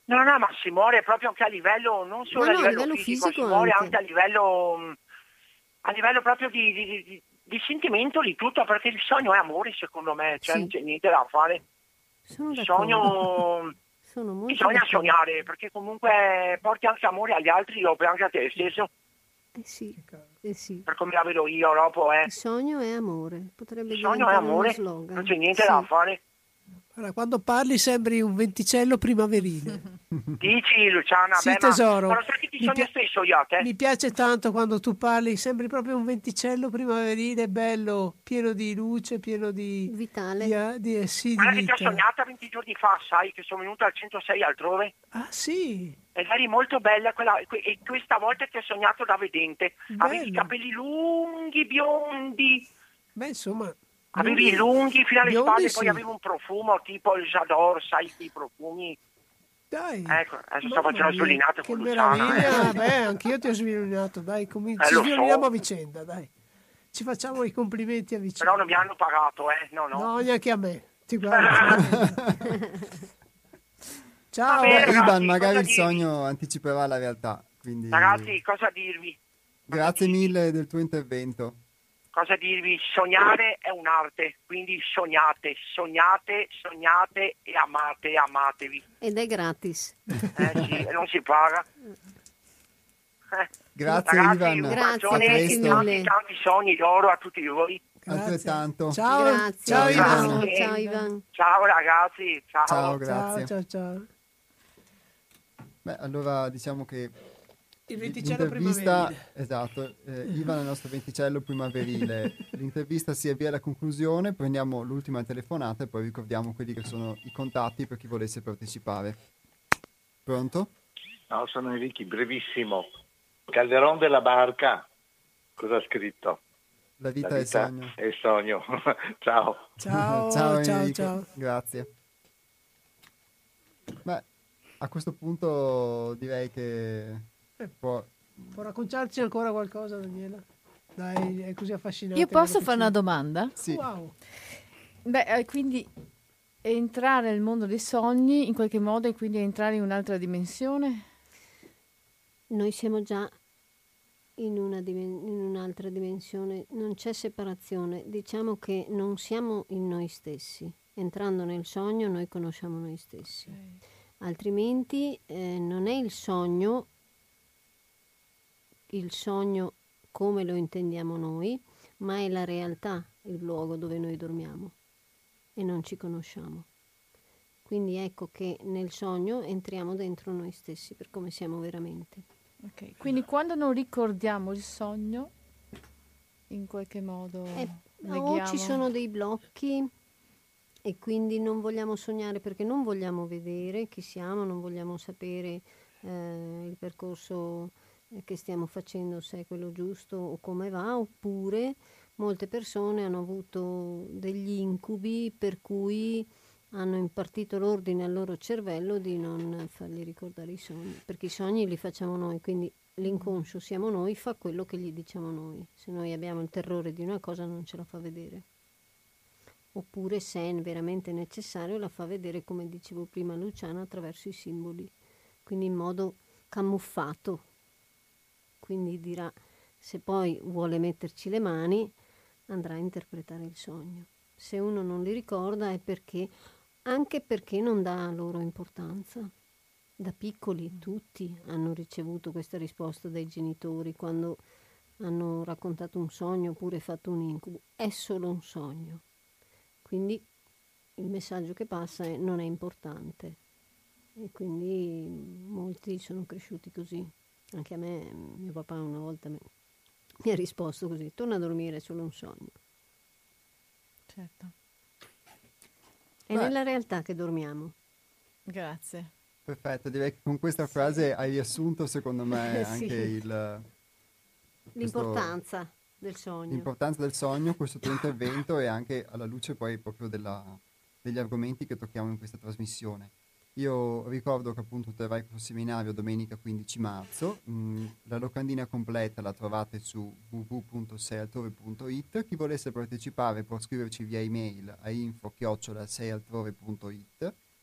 No, ma si muore proprio anche a livello, non solo a livello fisico, si muore anche a livello proprio di sentimento, di tutto, perché il sogno è amore, secondo me, cioè non c'è niente da fare. Il sogno bisogna sognare, perché comunque porti anche amore agli altri, dopo anche a te stesso. Sì. Per come la vedo io dopo, Il sogno è amore, potrebbe il sogno è amore, uno slogan. non c'è niente da fare. Allora, quando parli sembri un venticello primaverile. Dici, Luciana, sì, tesoro. Ma lo sai che ti sogno stesso io a te? Mi piace tanto quando tu parli, sembri proprio un venticello primaverile, bello, pieno di luce, pieno di... vitale. Guarda che ti ho sognata 20 giorni fa, sai, che sono venuta al 106 altrove. Ah, sì? Ed eri molto bella, e questa volta ti ho sognato da vedente. Bello. Avevi i capelli lunghi, biondi. Beh, insomma... Avevi lunghi fino alle spalle, poi avevi un profumo tipo il J'adore, sai, quei profumi. Dai. Ecco, adesso sto facendo sviolinate con Luciana. Che meraviglia, beh, anch'io ti ho sviolinato, dai, ci svioliniamo a vicenda, dai. Ci facciamo i complimenti a vicenda. Però non mi hanno pagato, no. No, neanche a me, ti guardo. Ciao. Ragazzi, Ivan, magari il sogno anticiperà la realtà. Quindi... Ragazzi, cosa dirvi? Grazie mille del tuo intervento. Cosa dirvi? Sognare è un'arte, quindi sognate e amatevi. Ed è gratis. Sì, non si paga. Grazie ragazzi, Ivan. Grazie tanti sogni d'oro a tutti voi. Altrettanto. Ciao. Grazie. Ciao Ivan. Ciao Ivan. Ciao ragazzi. Ciao, grazie. Ciao. Beh, allora diciamo che il venticello primaverile. Esatto, Ivan è il nostro venticello primaverile. L'intervista si avvia alla conclusione, prendiamo l'ultima telefonata e poi ricordiamo quelli che sono i contatti per chi volesse partecipare. Pronto? No, sono Enrico, brevissimo. Calderon della Barca, cosa ha scritto? La vita è sogno. È sogno. Ciao. Ciao. Grazie. Beh, a questo punto direi che può raccontarci ancora qualcosa, Daniela? Dai, è così affascinante. Io posso fare una domanda? Sì. Wow. Beh, quindi entrare nel mondo dei sogni in qualche modo e quindi entrare in un'altra dimensione? Noi siamo già in un'altra dimensione, non c'è separazione, diciamo che non siamo in noi stessi. Entrando nel sogno noi conosciamo noi stessi. Okay. Altrimenti non è il sogno come lo intendiamo noi, ma è la realtà, il luogo dove noi dormiamo e non ci conosciamo. Quindi ecco che nel sogno entriamo dentro noi stessi per come siamo veramente. Okay. Quindi quando non ricordiamo il sogno, in qualche modo o ci sono dei blocchi e quindi non vogliamo sognare perché non vogliamo vedere chi siamo, non vogliamo sapere il percorso che stiamo facendo, se è quello giusto o come va, oppure molte persone hanno avuto degli incubi per cui hanno impartito l'ordine al loro cervello di non fargli ricordare i sogni, perché i sogni li facciamo noi, quindi l'inconscio siamo noi, fa quello che gli diciamo noi. Se noi abbiamo il terrore di una cosa non ce la fa vedere, oppure se è veramente necessario la fa vedere, come dicevo prima Luciana, attraverso i simboli, quindi in modo camuffato. Quindi dirà, se poi vuole metterci le mani andrà a interpretare il sogno. Se uno non li ricorda è anche perché non dà loro importanza. Da piccoli tutti hanno ricevuto questa risposta dai genitori quando hanno raccontato un sogno oppure fatto un incubo. È solo un sogno. Quindi il messaggio che passa non è importante. E quindi molti sono cresciuti così. Anche a me, mio papà una volta mi ha risposto così: torna a dormire, è solo un sogno. Certo. È nella realtà che dormiamo. Grazie. Perfetto, direi che con questa frase hai riassunto secondo me anche l'importanza del sogno. L'importanza del sogno, questo tuo intervento, e anche alla luce poi proprio degli argomenti che tocchiamo in questa trasmissione. Io ricordo che appunto terrai questo seminario domenica 15 marzo, la locandina completa la trovate su www.seialtrove.it. Chi volesse partecipare può scriverci via email a info@seialtrove.it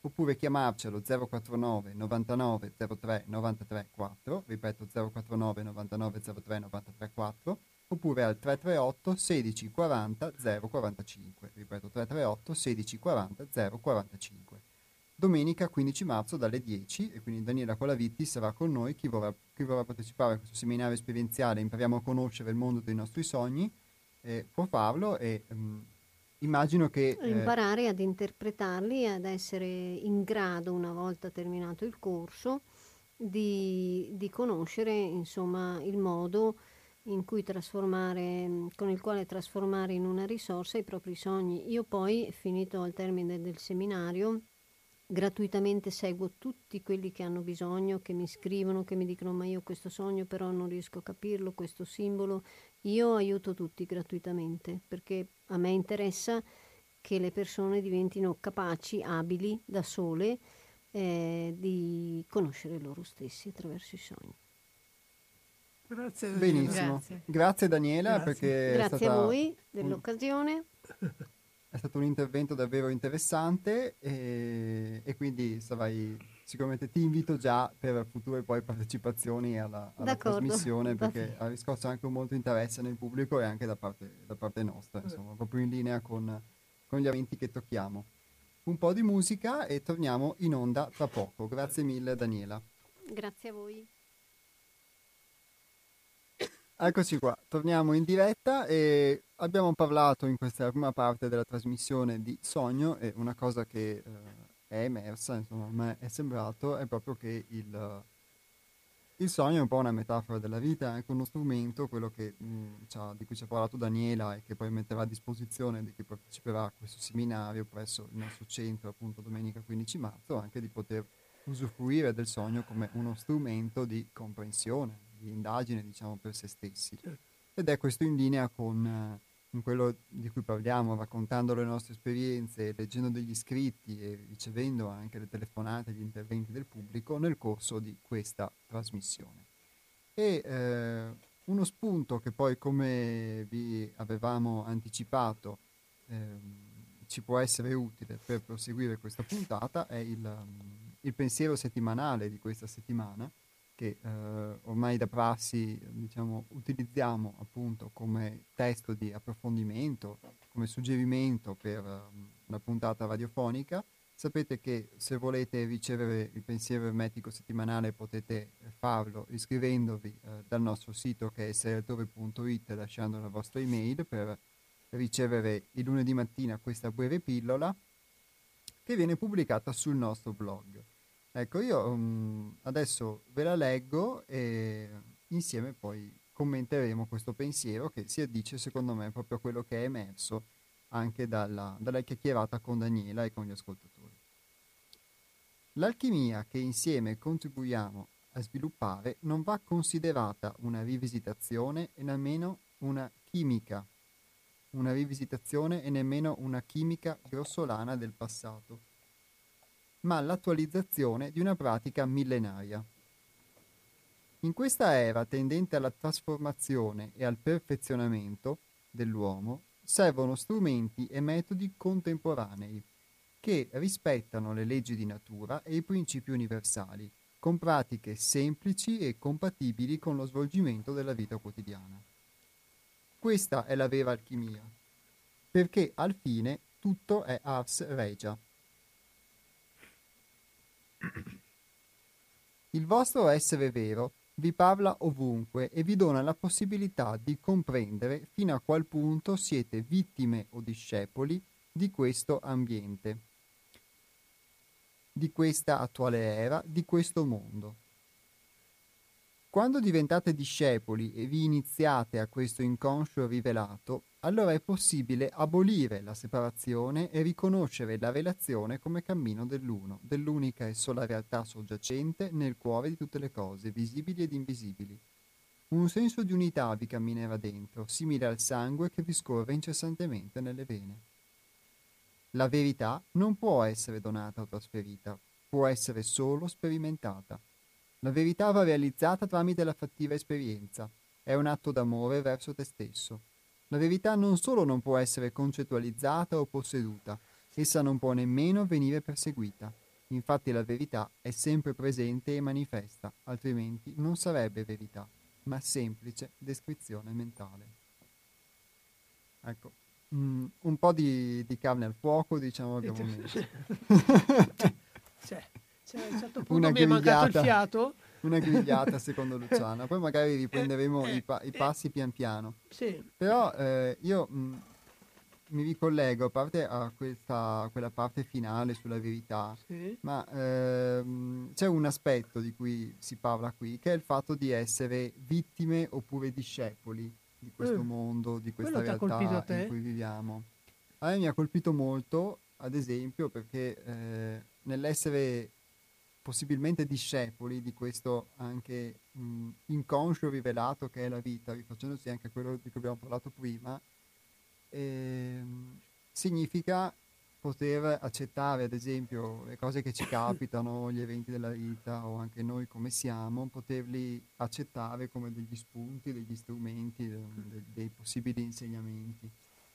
oppure chiamarci allo 049 99 03 93 4, ripeto 049 99 03 93 4, oppure al 338 16 40 045, ripeto 338 16 40 045. Domenica 15 marzo dalle 10, e quindi Daniela Colavitti sarà con noi. Chi vorrà partecipare a questo seminario esperienziale, impariamo a conoscere il mondo dei nostri sogni, può farlo, e immagino che imparare ad interpretarli e ad essere in grado, una volta terminato il corso, di conoscere, insomma, il modo in cui con il quale trasformare in una risorsa i propri sogni. Io poi, finito al termine del seminario, gratuitamente seguo tutti quelli che hanno bisogno, che mi scrivono, che mi dicono: ma io questo sogno però non riesco a capirlo, questo simbolo. Io aiuto tutti gratuitamente, perché a me interessa che le persone diventino capaci, abili da sole, di conoscere loro stessi attraverso i sogni. Grazie Daniela. Benissimo, grazie Daniela, perché grazie a voi dell'occasione. È stato un intervento davvero interessante, e quindi sicuramente ti invito già per future poi partecipazioni alla trasmissione, perché ha riscosso anche molto interesse nel pubblico e anche da parte nostra, insomma, proprio in linea con gli argomenti che tocchiamo. Un po' di musica e torniamo in onda tra poco. Grazie mille Daniela. Grazie a voi. Eccoci qua, torniamo in diretta e abbiamo parlato in questa prima parte della trasmissione di sogno, e una cosa che è emersa, insomma, a me è sembrato, è proprio che il sogno è un po' una metafora della vita, è anche uno strumento, quello che, di cui ci ha parlato Daniela e che poi metterà a disposizione di chi parteciperà a questo seminario presso il nostro centro, appunto domenica 15 marzo, anche di poter usufruire del sogno come uno strumento di comprensione, di indagine, diciamo, per se stessi. Ed è questo in linea con quello di cui parliamo, raccontando le nostre esperienze, leggendo degli scritti e ricevendo anche le telefonate, gli interventi del pubblico nel corso di questa trasmissione. E uno spunto che poi, come vi avevamo anticipato, ci può essere utile per proseguire questa puntata è il pensiero settimanale di questa settimana, che ormai da prassi, diciamo, utilizziamo appunto come testo di approfondimento, come suggerimento per la puntata radiofonica. Sapete che se volete ricevere il pensiero ermetico settimanale potete farlo iscrivendovi dal nostro sito, che è esserealtrove.it, lasciando la vostra email per ricevere il lunedì mattina questa breve pillola che viene pubblicata sul nostro blog. Ecco, io adesso ve la leggo e insieme poi commenteremo questo pensiero, che si addice secondo me proprio a quello che è emerso anche dalla chiacchierata con Daniela e con gli ascoltatori. L'alchimia che insieme contribuiamo a sviluppare non va considerata una rivisitazione e nemmeno una chimica, grossolana del passato, ma l'attualizzazione di una pratica millenaria. In questa era tendente alla trasformazione e al perfezionamento dell'uomo, servono strumenti e metodi contemporanei che rispettano le leggi di natura e i principi universali, con pratiche semplici e compatibili con lo svolgimento della vita quotidiana. Questa è la vera alchimia, perché al fine tutto è ars regia. Il vostro essere vero vi parla ovunque e vi dona la possibilità di comprendere fino a qual punto siete vittime o discepoli di questo ambiente, di questa attuale era, di questo mondo. Quando diventate discepoli e vi iniziate a questo inconscio rivelato, allora è possibile abolire la separazione e riconoscere la relazione come cammino dell'uno, dell'unica e sola realtà soggiacente nel cuore di tutte le cose, visibili ed invisibili. Un senso di unità vi camminerà dentro, simile al sangue che vi scorre incessantemente nelle vene. La verità non può essere donata o trasferita, può essere solo sperimentata. La verità va realizzata tramite la fattiva esperienza. È un atto d'amore verso te stesso. La verità non solo non può essere concettualizzata o posseduta, essa non può nemmeno venire perseguita. Infatti la verità è sempre presente e manifesta, altrimenti non sarebbe verità, ma semplice descrizione mentale. Ecco, un po' di carne al fuoco, diciamo, abbiamo messo. A un certo punto mi è mancato il fiato. Una grigliata secondo Luciana, poi magari riprenderemo i passi pian piano. Sì. Però io mi ricollego a parte a quella parte finale sulla verità, Sì. ma c'è un aspetto di cui si parla qui, che è il fatto di essere vittime oppure discepoli di questo mondo, di questa Quello ti ha colpito a realtà te? in cui viviamo. A me mi ha colpito molto, ad esempio, perché nell'essere possibilmente discepoli di questo anche inconscio rivelato che è la vita, rifacendosi anche a quello di cui abbiamo parlato prima, significa poter accettare, ad esempio, le cose che ci capitano, gli eventi della vita o anche noi come siamo, poterli accettare come degli spunti, degli strumenti, dei possibili insegnamenti.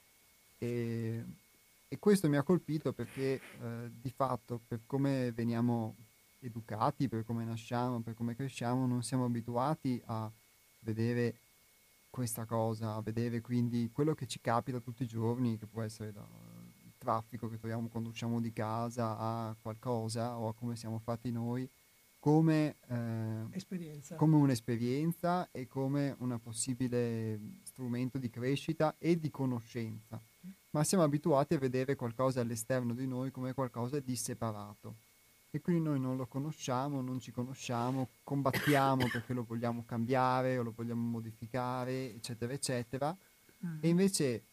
E questo mi ha colpito perché di fatto, per come veniamo educati, per come nasciamo, per come cresciamo, non siamo abituati a vedere questa cosa, a vedere quindi quello che ci capita tutti i giorni, che può essere dal traffico che troviamo quando usciamo di casa a qualcosa o a come siamo fatti noi, come un'esperienza e come un possibile strumento di crescita e di conoscenza. Ma siamo abituati a vedere qualcosa all'esterno di noi come qualcosa di separato. E quindi noi non lo conosciamo, non ci conosciamo, combattiamo perché lo vogliamo cambiare o lo vogliamo modificare, eccetera, eccetera. E invece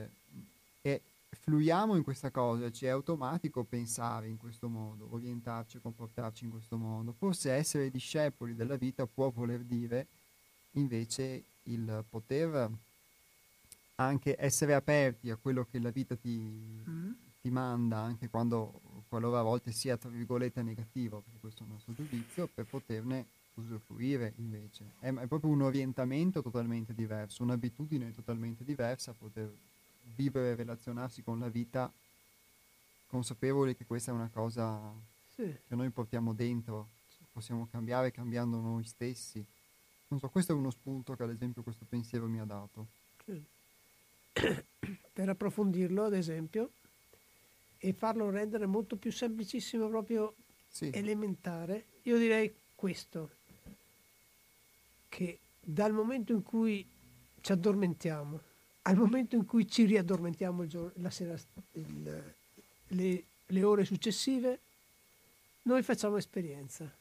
fluiamo in questa cosa, ci è automatico pensare in questo modo, orientarci, comportarci in questo modo. Forse essere discepoli della vita può voler dire invece il poter anche essere aperti a quello che la vita ti manda, anche qualora a volte sia tra virgolette negativo, perché questo è il nostro giudizio, per poterne usufruire invece. È proprio un orientamento totalmente diverso, un'abitudine totalmente diversa a poter vivere e relazionarsi con la vita consapevoli che questa è una cosa che noi portiamo dentro, possiamo cambiare cambiando noi stessi. Non so, questo è uno spunto che ad esempio questo pensiero mi ha dato. Per approfondirlo, ad esempio, e farlo rendere molto più semplicissimo, proprio elementare, io direi questo, che dal momento in cui ci addormentiamo al momento in cui ci riaddormentiamo la sera, le ore successive, noi facciamo esperienza.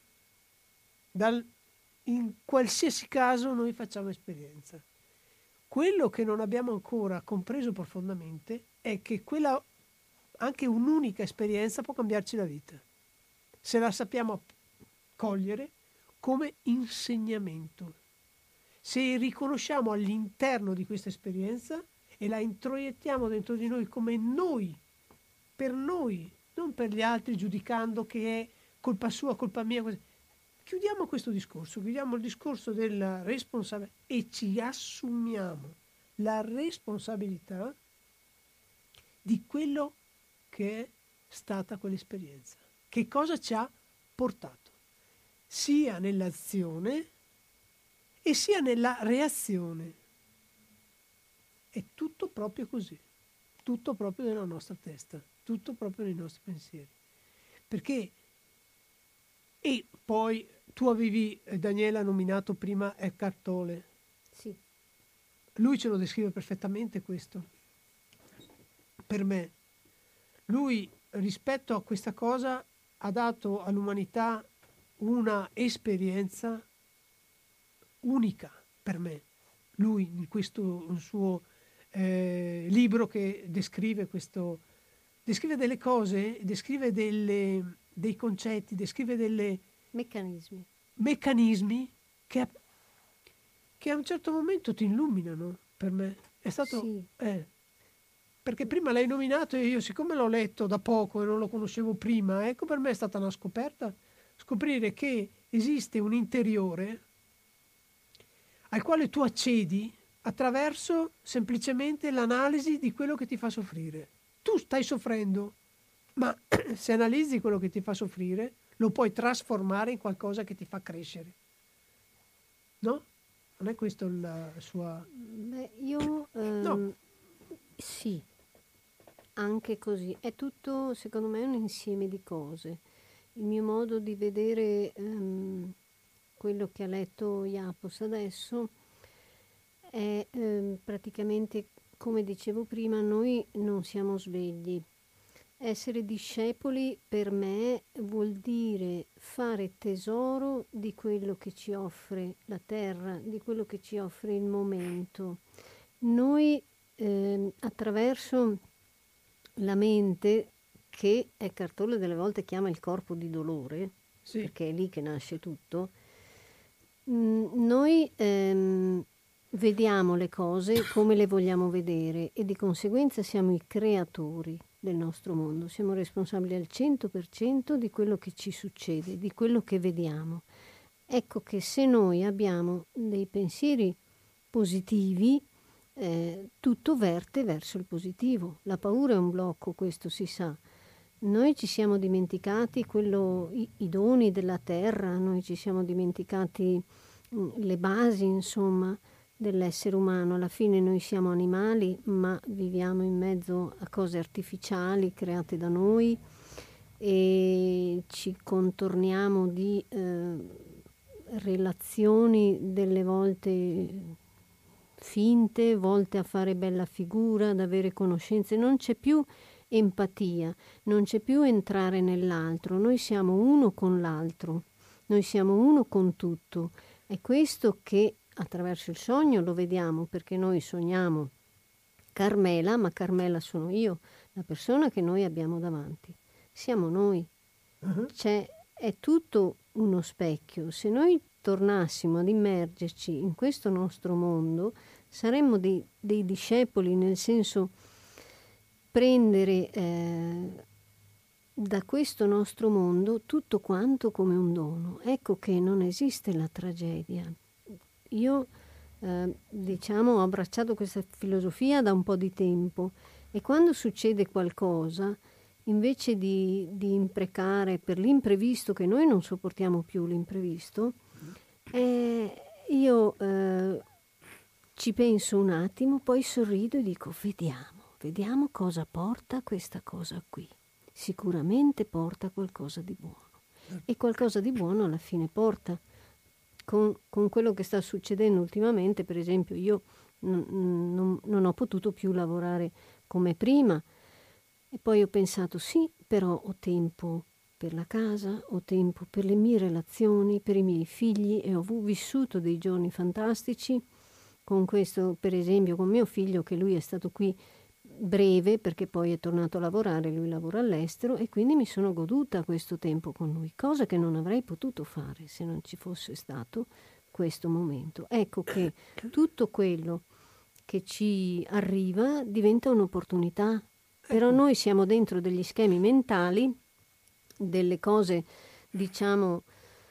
In qualsiasi caso noi facciamo esperienza. Quello che non abbiamo ancora compreso profondamente è che anche un'unica esperienza può cambiarci la vita, se la sappiamo cogliere come insegnamento. Se riconosciamo all'interno di questa esperienza e la introiettiamo dentro di noi come noi, per noi, non per gli altri, giudicando che è colpa sua, colpa mia. Chiudiamo questo discorso, chiudiamo il discorso della responsabilità e ci assumiamo la responsabilità di quello che è stata quell'esperienza. Che cosa ci ha portato, sia nell'azione e sia nella reazione. È tutto proprio così, tutto proprio nella nostra testa, tutto proprio nei nostri pensieri. Perché, e poi tu avevi, Daniela, nominato prima Eckhart Tolle. Sì. Lui ce lo descrive perfettamente questo. Per me, lui rispetto a questa cosa ha dato all'umanità una esperienza unica per me. Lui in questo suo libro che descrive delle cose, descrive dei concetti, descrive dei meccanismi che a un certo momento ti illuminano. Per me è stato perché prima l'hai nominato e io, siccome l'ho letto da poco e non lo conoscevo prima, ecco, per me è stata una scoperta scoprire che esiste un interiore al quale tu accedi attraverso semplicemente l'analisi di quello che ti fa soffrire. Tu stai soffrendo, Ma se analizzi quello che ti fa soffrire, lo puoi trasformare in qualcosa che ti fa crescere. No? Non è questo la sua... Beh, io No. sì, anche così. È tutto, secondo me, un insieme di cose. Il mio modo di vedere quello che ha letto Iapos adesso è praticamente, come dicevo prima, noi non siamo svegli. Essere discepoli per me vuol dire fare tesoro di quello che ci offre la terra, di quello che ci offre il momento. Noi attraverso la mente, che Eckhart Tolle delle volte chiama il corpo di dolore, Sì. perché è lì che nasce tutto, noi vediamo le cose come le vogliamo vedere e di conseguenza siamo i creatori del nostro mondo, siamo responsabili al 100% di quello che ci succede, di quello che vediamo. Ecco che se noi abbiamo dei pensieri positivi, tutto verte verso il positivo. La paura è un blocco, questo si sa. Noi ci siamo dimenticati i doni della terra, noi ci siamo dimenticati le basi, insomma, dell'essere umano. Alla fine noi siamo animali, ma viviamo in mezzo a cose artificiali create da noi e ci contorniamo di relazioni delle volte finte, volte a fare bella figura, ad avere conoscenze. Non c'è più empatia, non c'è più entrare nell'altro, noi siamo uno con l'altro, noi siamo uno con tutto. È questo che attraverso il sogno lo vediamo, perché noi sogniamo Carmela, ma Carmela sono io, la persona che noi abbiamo davanti. Siamo noi. È tutto uno specchio. Se noi tornassimo ad immergerci in questo nostro mondo, saremmo dei discepoli, nel senso prendere da questo nostro mondo tutto quanto come un dono. Ecco che non esiste la tragedia. Io ho abbracciato questa filosofia da un po' di tempo e quando succede qualcosa, invece di imprecare per l'imprevisto, che noi non sopportiamo più l'imprevisto, io ci penso un attimo, poi sorrido e dico vediamo cosa porta questa cosa qui. Sicuramente porta qualcosa di buono. E qualcosa di buono alla fine porta. Con quello che sta succedendo ultimamente, per esempio, io non ho potuto più lavorare come prima. E poi ho pensato, sì, però ho tempo per la casa, ho tempo per le mie relazioni, per i miei figli e ho vissuto dei giorni fantastici con questo, per esempio, con mio figlio, che lui è stato qui breve perché poi è tornato a lavorare, lui lavora all'estero e quindi mi sono goduta questo tempo con lui, cosa che non avrei potuto fare se non ci fosse stato questo momento. Ecco che tutto quello che ci arriva diventa un'opportunità, però noi siamo dentro degli schemi mentali, delle cose, diciamo,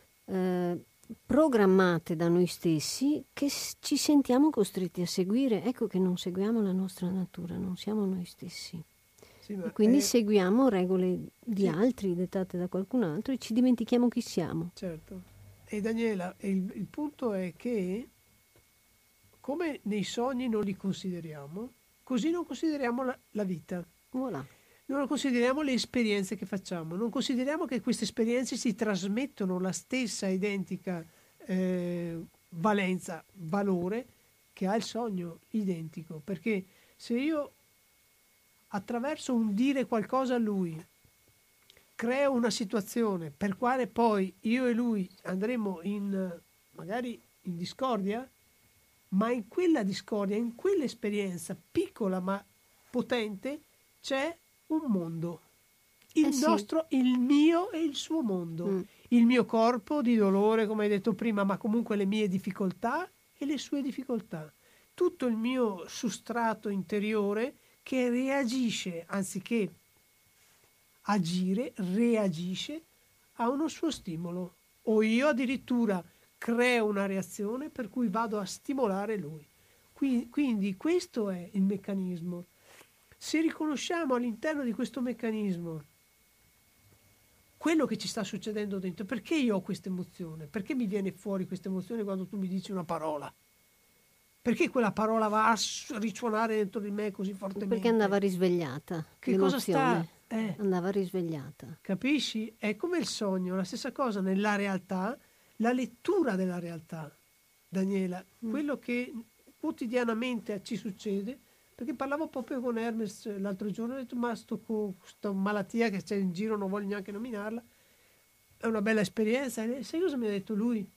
programmate da noi stessi che ci sentiamo costretti a seguire. Ecco che non seguiamo la nostra natura, non siamo noi stessi. Sì, e quindi seguiamo regole di altri, dettate da qualcun altro, e ci dimentichiamo chi siamo. Certo. E Daniela, il punto è che come nei sogni non li consideriamo, così non consideriamo la vita. Voilà. Non consideriamo le esperienze che facciamo, non consideriamo che queste esperienze ci trasmettono la stessa identica valenza, valore che ha il sogno, identico. Perché se io attraverso un dire qualcosa a lui creo una situazione per quale poi io e lui andremo magari in discordia, ma in quella discordia, in quell'esperienza piccola ma potente, c'è un mondo, il mio e il suo mondo, il mio corpo di dolore, come hai detto prima, ma comunque le mie difficoltà e le sue difficoltà, tutto il mio sustrato interiore che reagisce, anziché agire, reagisce a uno suo stimolo, o io addirittura creo una reazione per cui vado a stimolare lui. Quindi questo è il meccanismo. Se riconosciamo all'interno di questo meccanismo quello che ci sta succedendo dentro. Perché io ho questa emozione? Perché mi viene fuori questa emozione quando tu mi dici una parola? Perché quella parola va a risuonare dentro di me così fortemente? Perché andava risvegliata. Che cosa sta? Andava risvegliata. Capisci? È come il sogno, la stessa cosa nella realtà, la lettura della realtà, Daniela, quello che quotidianamente ci succede, perché parlavo proprio con Hermes l'altro giorno, ho detto ma questa malattia che c'è in giro, non voglio neanche nominarla, è una bella esperienza. E sai cosa mi ha detto lui?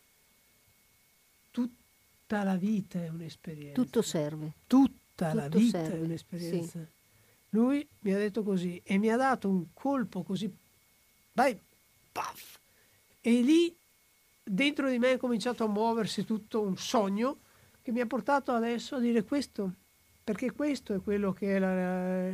Tutta la vita è un'esperienza. Tutto serve. Tutta la vita è un'esperienza. Sì. Lui mi ha detto così e mi ha dato un colpo così, vai, paf! E lì dentro di me è cominciato a muoversi tutto un sogno che mi ha portato adesso a dire questo, perché questo è quello che è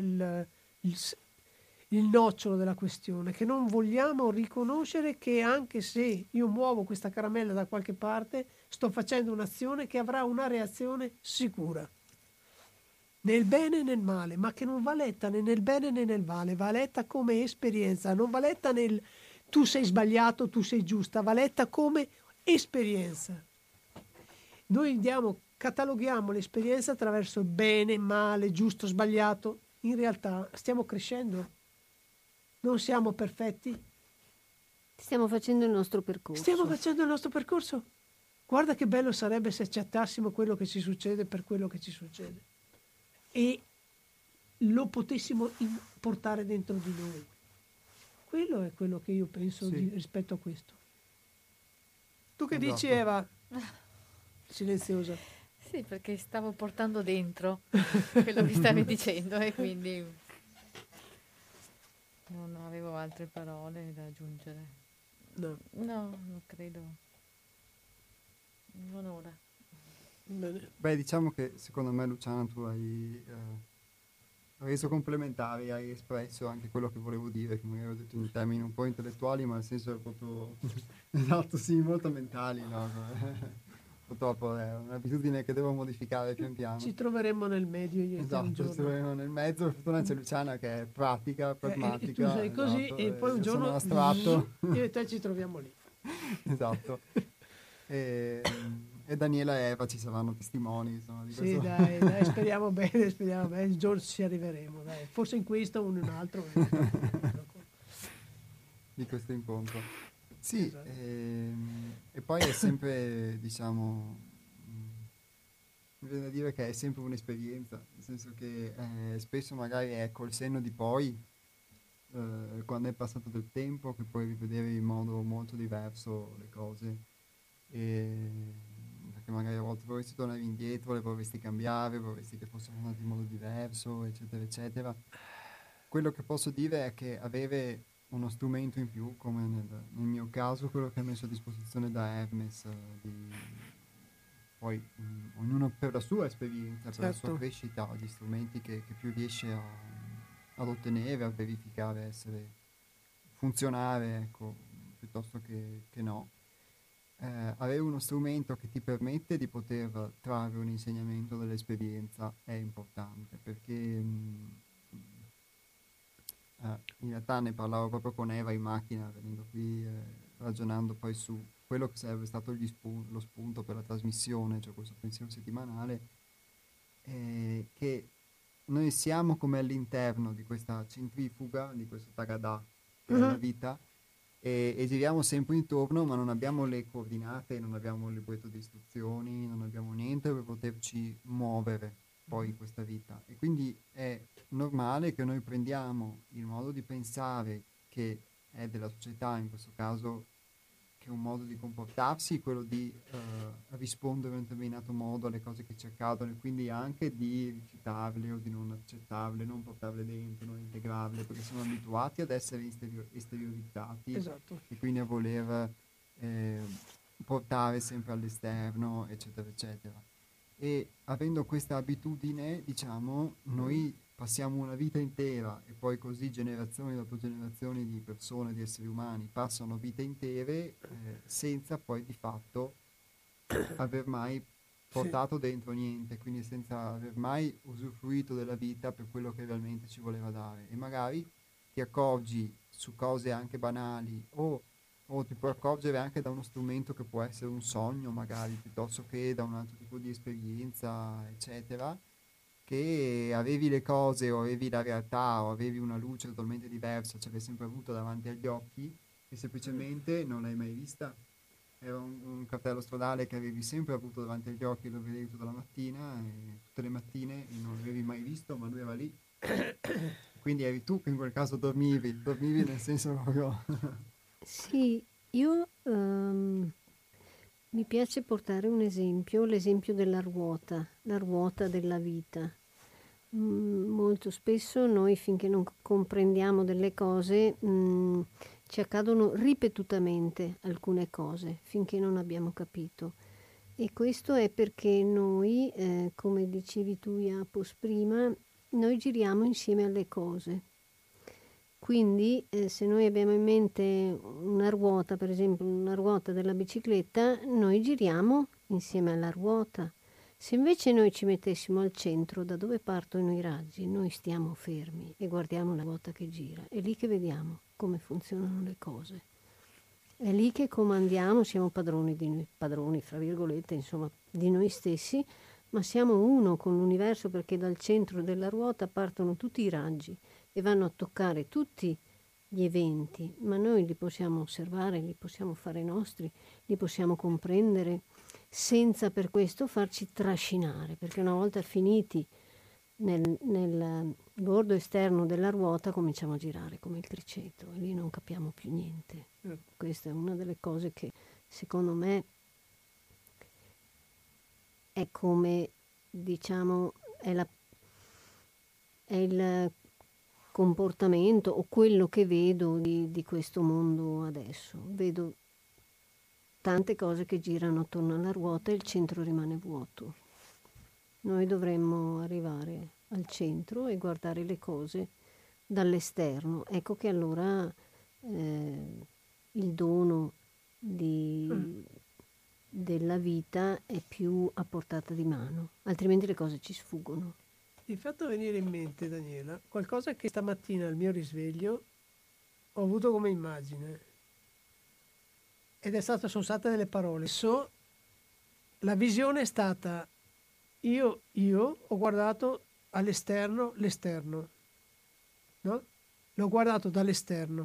il nocciolo della questione, che non vogliamo riconoscere che anche se io muovo questa caramella da qualche parte, sto facendo un'azione che avrà una reazione sicura. Nel bene e nel male, ma che non va letta né nel bene né nel male, va letta come esperienza, non va letta nel tu sei sbagliato, tu sei giusta, va letta come esperienza. Noi cataloghiamo l'esperienza attraverso bene, male, giusto, sbagliato. In realtà stiamo crescendo, non siamo perfetti. Stiamo facendo il nostro percorso. Stiamo facendo il nostro percorso. Guarda che bello sarebbe se accettassimo quello che ci succede per quello che ci succede e lo potessimo portare dentro di noi. Quello è quello che io penso rispetto a questo. Tu che dici, Eva? Silenziosa. Sì, perché stavo portando dentro quello che stavi dicendo e quindi non avevo altre parole da aggiungere. No, non credo. Non ora. Bene. Beh, diciamo che secondo me, Luciana, tu hai reso complementari, hai espresso anche quello che volevo dire, che magari ho detto in termini un po' intellettuali, ma nel senso è proprio esatto, sì, molto mentali, no? Purtroppo è un'abitudine che devo modificare pian piano. Ci troveremo nel medio io e te un giorno. Ci troveremo nel mezzo, per fortuna c'è Luciana che è pratica, pragmatica. Tu sei così e poi un giorno astratto. Io e te ci troviamo lì. Esatto. E Daniela e Eva ci saranno testimoni, insomma, di sì, questo. dai, speriamo bene, il giorno ci arriveremo, dai. Forse in questo o in un altro. Di questo incontro. Sì, esatto. E poi è sempre, diciamo, mi viene da dire che è sempre un'esperienza, nel senso che spesso magari è col senno di poi, quando è passato del tempo, che puoi rivedere in modo molto diverso le cose. Perché magari a volte vorresti tornare indietro, le vorresti cambiare, vorresti che fossero andate in modo diverso, eccetera, eccetera. Quello che posso dire è che avere uno strumento in più, come nel mio caso, quello che ha messo a disposizione da Hermes, poi ognuno per la sua esperienza, per la sua crescita, gli strumenti che più riesce ad ottenere, a verificare, essere funzionare, ecco, piuttosto che no. Avere uno strumento che ti permette di poter trarre un insegnamento dall'esperienza è importante, perché in realtà ne parlavo proprio con Eva in macchina, venendo qui, ragionando poi su quello che sarebbe stato lo spunto per la trasmissione, cioè questo pensiero settimanale, che noi siamo come all'interno di questa centrifuga, di questo tagadà che è la vita, e giriamo sempre intorno, ma non abbiamo le coordinate, non abbiamo il libretto di istruzioni, non abbiamo niente per poterci muovere poi in questa vita. E quindi è normale che noi prendiamo il modo di pensare che è della società, in questo caso, che è un modo di comportarsi, quello di rispondere in un determinato modo alle cose che ci accadono, e quindi anche di rifiutarle o di non accettarle, non portarle dentro, non integrarle, perché siamo abituati ad essere esteriorizzati, esatto. E quindi a voler portare sempre all'esterno, eccetera, eccetera. E avendo questa abitudine, diciamo, noi passiamo una vita intera, e poi così generazioni dopo generazioni di persone, di esseri umani, passano vite intere senza poi di fatto aver mai portato dentro niente, quindi senza aver mai usufruito della vita per quello che realmente ci voleva dare. E magari ti accorgi su cose anche banali o ti puoi accorgere anche da uno strumento che può essere un sogno magari, piuttosto che da un altro tipo di esperienza, eccetera, che avevi le cose o avevi la realtà o avevi una luce totalmente diversa, ce l'hai sempre avuto davanti agli occhi e semplicemente non l'hai mai vista. Era un cartello stradale che avevi sempre avuto davanti agli occhi, lo vedevi tutta la mattina, e tutte le mattine, e non l'avevi mai visto, ma lui era lì. Quindi eri tu che in quel caso dormivi nel senso proprio... Sì, io mi piace portare un esempio, l'esempio della ruota, la ruota della vita. Molto spesso noi, finché non comprendiamo delle cose, ci accadono ripetutamente alcune cose, finché non abbiamo capito. E questo è perché noi, come dicevi tu, Iapos, prima, noi giriamo insieme alle cose. Quindi se noi abbiamo in mente una ruota, per esempio una ruota della bicicletta, noi giriamo insieme alla ruota. Se invece noi ci mettessimo al centro, da dove partono i raggi, noi stiamo fermi e guardiamo la ruota che gira. È lì che vediamo come funzionano le cose. È lì che comandiamo, siamo padroni di noi, padroni, fra virgolette, insomma, di noi stessi, ma siamo uno con l'universo, perché dal centro della ruota partono tutti i raggi e vanno a toccare tutti gli eventi, ma noi li possiamo osservare, li possiamo fare nostri, li possiamo comprendere, senza per questo farci trascinare, perché una volta finiti nel bordo esterno della ruota cominciamo a girare come il criceto e lì non capiamo più niente. Questa è una delle cose che secondo me è come, diciamo, è il comportamento o quello che vedo di questo mondo adesso. Vedo tante cose che girano attorno alla ruota e il centro rimane vuoto. Noi dovremmo arrivare al centro e guardare le cose dall'esterno. Ecco che allora il dono della vita è più a portata di mano, altrimenti le cose ci sfuggono. Mi è fatto venire in mente, Daniela, qualcosa che stamattina al mio risveglio ho avuto come immagine ed sono state delle parole. La visione è stata io ho guardato all'esterno l'esterno, no? L'ho guardato dall'esterno.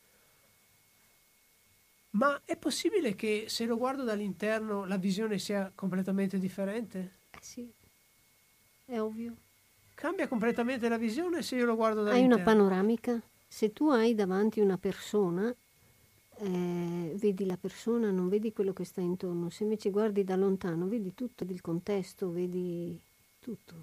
Ma è possibile che se lo guardo dall'interno la visione sia completamente differente? Sì, è ovvio. Cambia completamente la visione se io lo guardo dall'interno. Hai una panoramica? Se tu hai davanti una persona, vedi la persona, non vedi quello che sta intorno. Se invece guardi da lontano, vedi tutto, il contesto, vedi tutto.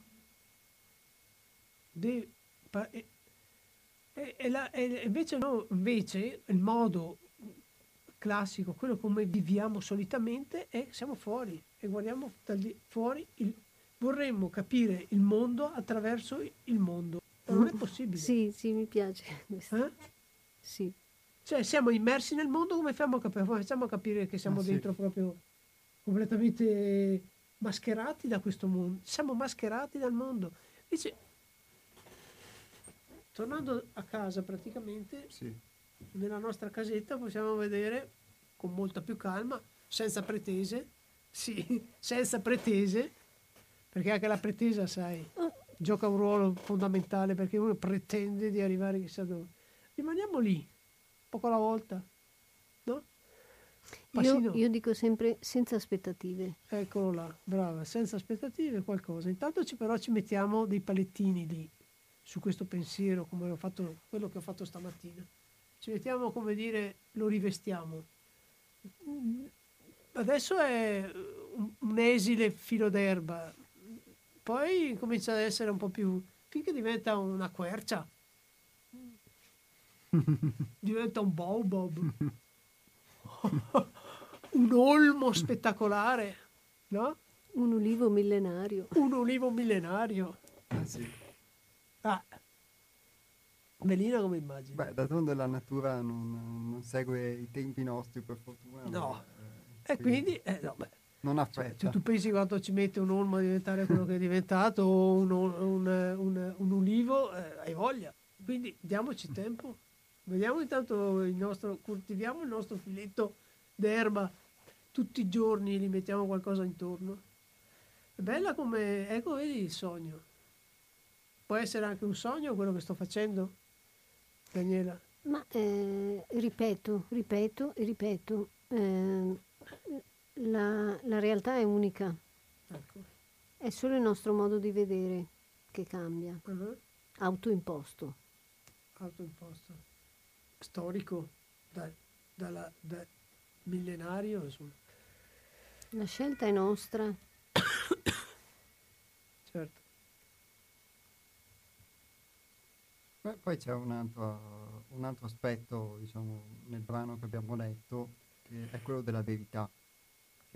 Invece il modo classico, quello come viviamo solitamente, è siamo fuori e guardiamo da lì fuori. Vorremmo capire il mondo attraverso il mondo. Non è possibile. Sì, mi piace. Sì. Cioè siamo immersi nel mondo, come facciamo a capire che siamo dentro proprio completamente mascherati da questo mondo? Siamo mascherati dal mondo. Invece, tornando a casa praticamente, nella nostra casetta possiamo vedere con molta più calma, senza pretese, perché anche la pretesa, sai, gioca un ruolo fondamentale, perché uno pretende di arrivare chissà dove. Rimaniamo lì, poco alla volta, no? Io dico sempre senza aspettative. Eccolo là, brava, senza aspettative qualcosa. Intanto però ci mettiamo dei palettini lì, su questo pensiero, come ho fatto, quello che ho fatto stamattina. Ci mettiamo, come dire, lo rivestiamo. Adesso è un esile filo d'erba, poi comincia ad essere un po' più, finché diventa una quercia, diventa un baobab, un olmo spettacolare, no? Un ulivo millenario. Bellina come immagine. Beh, d'altronde la natura non segue i tempi nostri, per fortuna. No. E quindi non ha fretta. Cioè, tu pensi quanto ci mette un olmo a diventare quello che è diventato, o un ulivo, hai voglia. Quindi diamoci tempo, vediamo intanto coltiviamo il nostro filetto d'erba tutti i giorni, gli mettiamo qualcosa intorno. È bella come, ecco, vedi il sogno. Può essere anche un sogno quello che sto facendo, Daniela? Ma ripeto e ripeto, la realtà è unica, Ecco. è solo il nostro modo di vedere che cambia, autoimposto. Autoimposto, storico, da millenario, insomma. La scelta è nostra. Certo. Beh, poi c'è un altro aspetto, diciamo, nel brano che abbiamo letto, che è quello della verità. Che,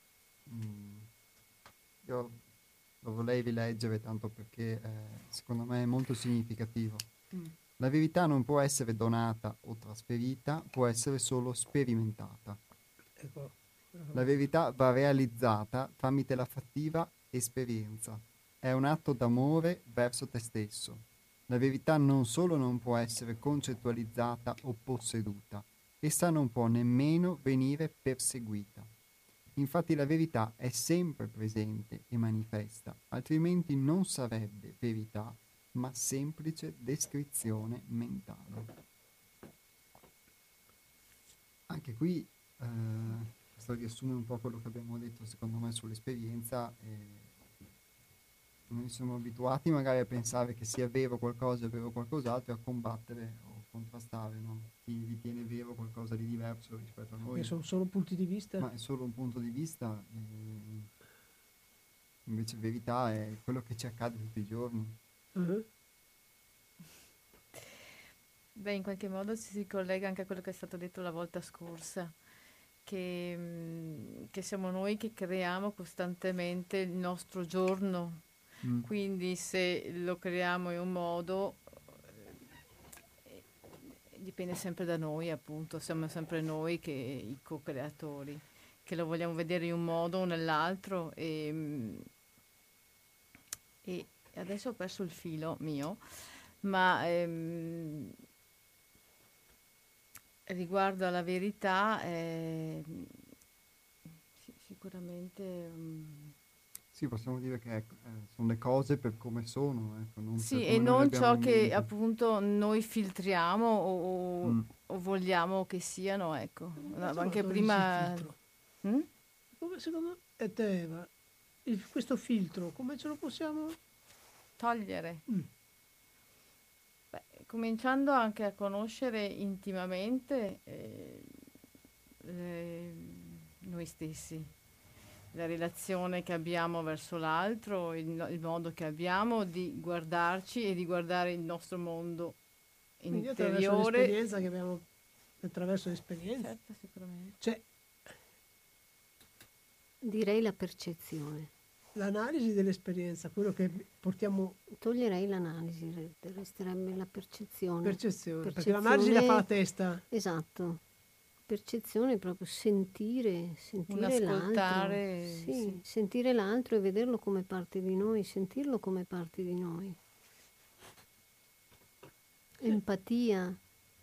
io lo volevo rileggere tanto perché secondo me è molto significativo. La verità non può essere donata o trasferita, può essere solo sperimentata. Ecco. La verità va realizzata tramite la fattiva esperienza. È un atto d'amore verso te stesso. La verità non solo non può essere concettualizzata o posseduta, essa non può nemmeno venire perseguita. Infatti la verità è sempre presente e manifesta, altrimenti non sarebbe verità, ma semplice descrizione mentale. Anche qui questo riassume un po' quello che abbiamo detto secondo me sull'esperienza. Noi siamo abituati magari a pensare che sia vero qualcosa e vero qualcos'altro e a combattere o contrastare, no? Chi ritiene vero qualcosa di diverso rispetto a noi. Che sono solo punti di vista. Ma è solo un punto di vista, invece verità è quello che ci accade tutti i giorni. Beh, in qualche modo si collega anche a quello che è stato detto la volta scorsa, che siamo noi che creiamo costantemente il nostro giorno. Quindi se lo creiamo in un modo, dipende sempre da noi, appunto, siamo sempre noi che i co-creatori, che lo vogliamo vedere in un modo o nell'altro. E adesso ho perso il filo mio, ma riguardo alla verità, sicuramente... Sì, possiamo dire che sono le cose per come sono. Ecco, non sì, per e come noi non le abbiamo ciò in che mente. appunto noi filtriamo o vogliamo che siano, ecco. Anche prima... Come secondo te, Eva, questo filtro, come ce lo possiamo togliere? Beh, cominciando anche a conoscere intimamente noi stessi. La relazione che abbiamo verso l'altro, il modo che abbiamo di guardarci e di guardare il nostro mondo quindi interiore. Attraverso l'esperienza che abbiamo, attraverso l'esperienza. Certo, sicuramente. Cioè, direi la percezione. L'analisi dell'esperienza, quello che portiamo... Toglierei l'analisi, resterebbe la percezione. Perché l'analisi la fa la testa. Esatto. Percezione è proprio sentire l'altro. Sì, sentire l'altro e vederlo come parte di noi, sentirlo come parte di noi. Empatia,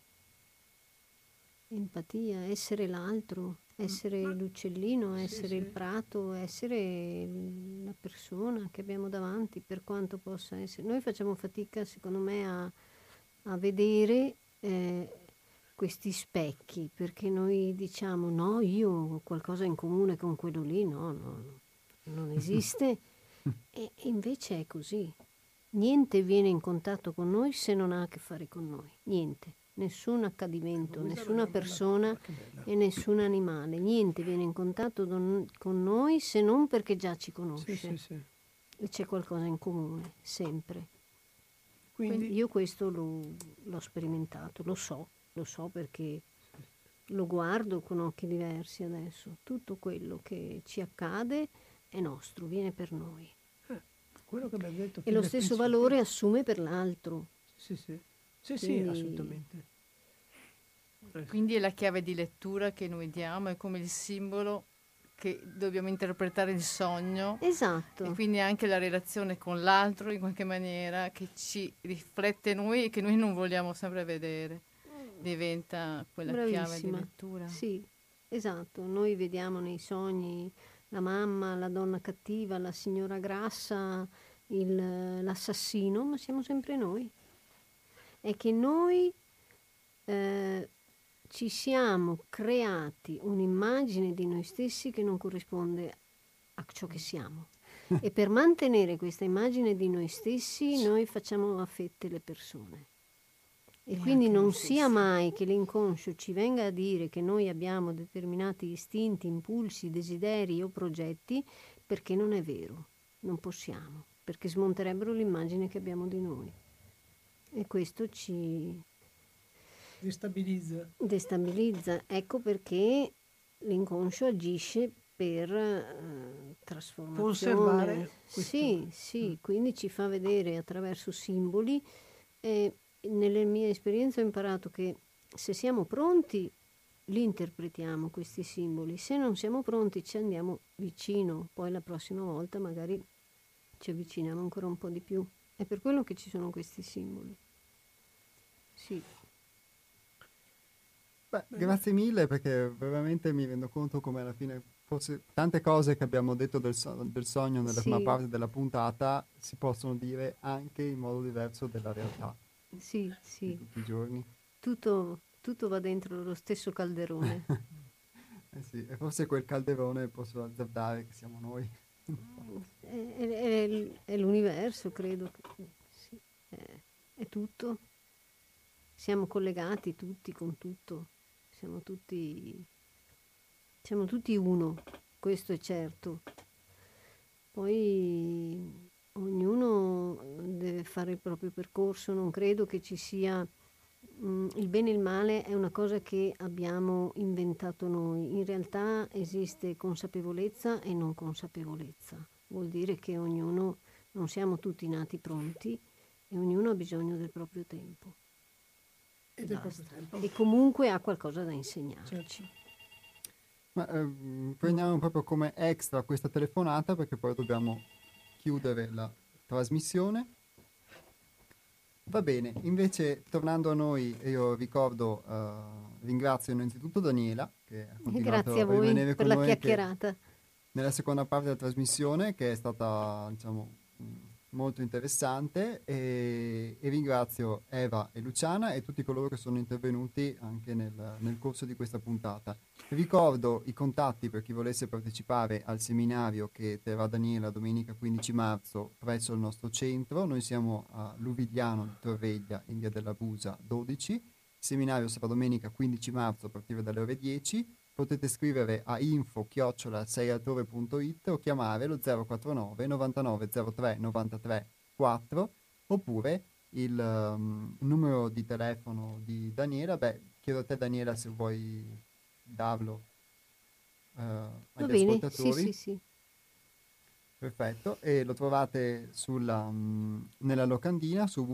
essere l'altro, essere l'uccellino, essere il prato, essere la persona che abbiamo davanti, per quanto possa essere. Noi facciamo fatica, secondo me, a vedere questi specchi, perché noi diciamo no, io ho qualcosa in comune con quello lì, no, non esiste. E invece è così. Niente viene in contatto con noi se non ha a che fare con noi, niente. Nessun accadimento, nessuna persona e nessun animale, niente viene in contatto con noi se non perché già ci conosce. Sì. E c'è qualcosa in comune, sempre. Quindi io questo l'ho sperimentato, lo so perché lo guardo con occhi diversi adesso. Tutto quello che ci accade è nostro, viene per noi. Quello che abbiamo detto E lo stesso valore assume per l'altro. Sì, assolutamente. Quindi è la chiave di lettura che noi diamo, è come il simbolo che dobbiamo interpretare il sogno. Esatto. E quindi anche la relazione con l'altro in qualche maniera che ci riflette noi e che noi non vogliamo sempre vedere. Diventa quella chiave di lettura. Sì, esatto. Noi vediamo nei sogni la mamma, la donna cattiva, la signora grassa, l'assassino, ma siamo sempre noi. È che noi ci siamo creati un'immagine di noi stessi che non corrisponde a ciò che siamo. E per mantenere questa immagine di noi stessi noi facciamo a fette le persone. E quindi non sia mai che l'inconscio ci venga a dire che noi abbiamo determinati istinti, impulsi, desideri o progetti, perché non è vero, non possiamo, perché smonterebbero l'immagine che abbiamo di noi. E questo ci destabilizza. Ecco perché l'inconscio agisce per trasformazione. Conservare Sì, quindi ci fa vedere attraverso simboli. Nelle mie esperienze ho imparato che se siamo pronti li interpretiamo questi simboli, se non siamo pronti ci andiamo vicino, poi la prossima volta magari ci avviciniamo ancora un po' di più. È per quello che ci sono questi simboli. Sì. Beh, grazie mille, perché veramente mi rendo conto come alla fine forse tante cose che abbiamo detto del sogno nella prima parte della puntata si possono dire anche in modo diverso della realtà. Sì. Tutti i giorni. Tutto va dentro lo stesso calderone. Sì, e forse quel calderone posso azzardare che siamo noi. È l'universo, credo. Sì. È tutto. Siamo collegati tutti con tutto. Siamo tutti uno, questo è certo. Poi ognuno deve fare il proprio percorso, non credo che ci sia il bene e il male, è una cosa che abbiamo inventato noi. In realtà esiste consapevolezza e non consapevolezza. Vuol dire che ognuno, non siamo tutti nati pronti e ognuno ha bisogno del proprio tempo. E comunque ha qualcosa da insegnarci. Ma prendiamo proprio come extra questa telefonata, perché poi dobbiamo chiudere la trasmissione. Va bene, invece tornando a noi, io ricordo, ringrazio innanzitutto Daniela che ha continuato Grazie a voi a rimanere per con la noi chiacchierata nella seconda parte della trasmissione, che è stata, diciamo, molto interessante, e ringrazio Eva e Luciana e tutti coloro che sono intervenuti anche nel corso di questa puntata. Ricordo i contatti per chi volesse partecipare al seminario che terrà Daniela domenica 15 marzo presso il nostro centro. Noi siamo a Luvigliano di Torreglia, in via della Busa 12. Il seminario sarà domenica 15 marzo a partire dalle ore 10. Potete scrivere a info@seialtrove.it o chiamare lo 049 99 03 93 4, oppure il numero di telefono di Daniela. Chiedo a te, Daniela, se vuoi darlo agli ascoltatori. Sì. Perfetto, e lo trovate nella locandina su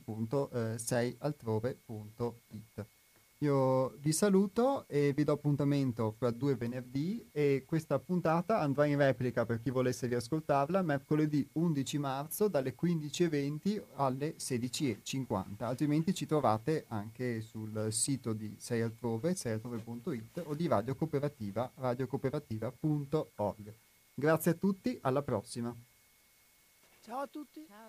www.seialtrove.it. Io vi saluto e vi do appuntamento fra 2 venerdì, e questa puntata andrà in replica per chi volesse riascoltarla mercoledì 11 marzo dalle 15:20 alle 16:50. Altrimenti ci trovate anche sul sito di seialtrove.it o di Radio Cooperativa, radiocooperativa.org. Grazie a tutti, alla prossima. Ciao a tutti. Ciao.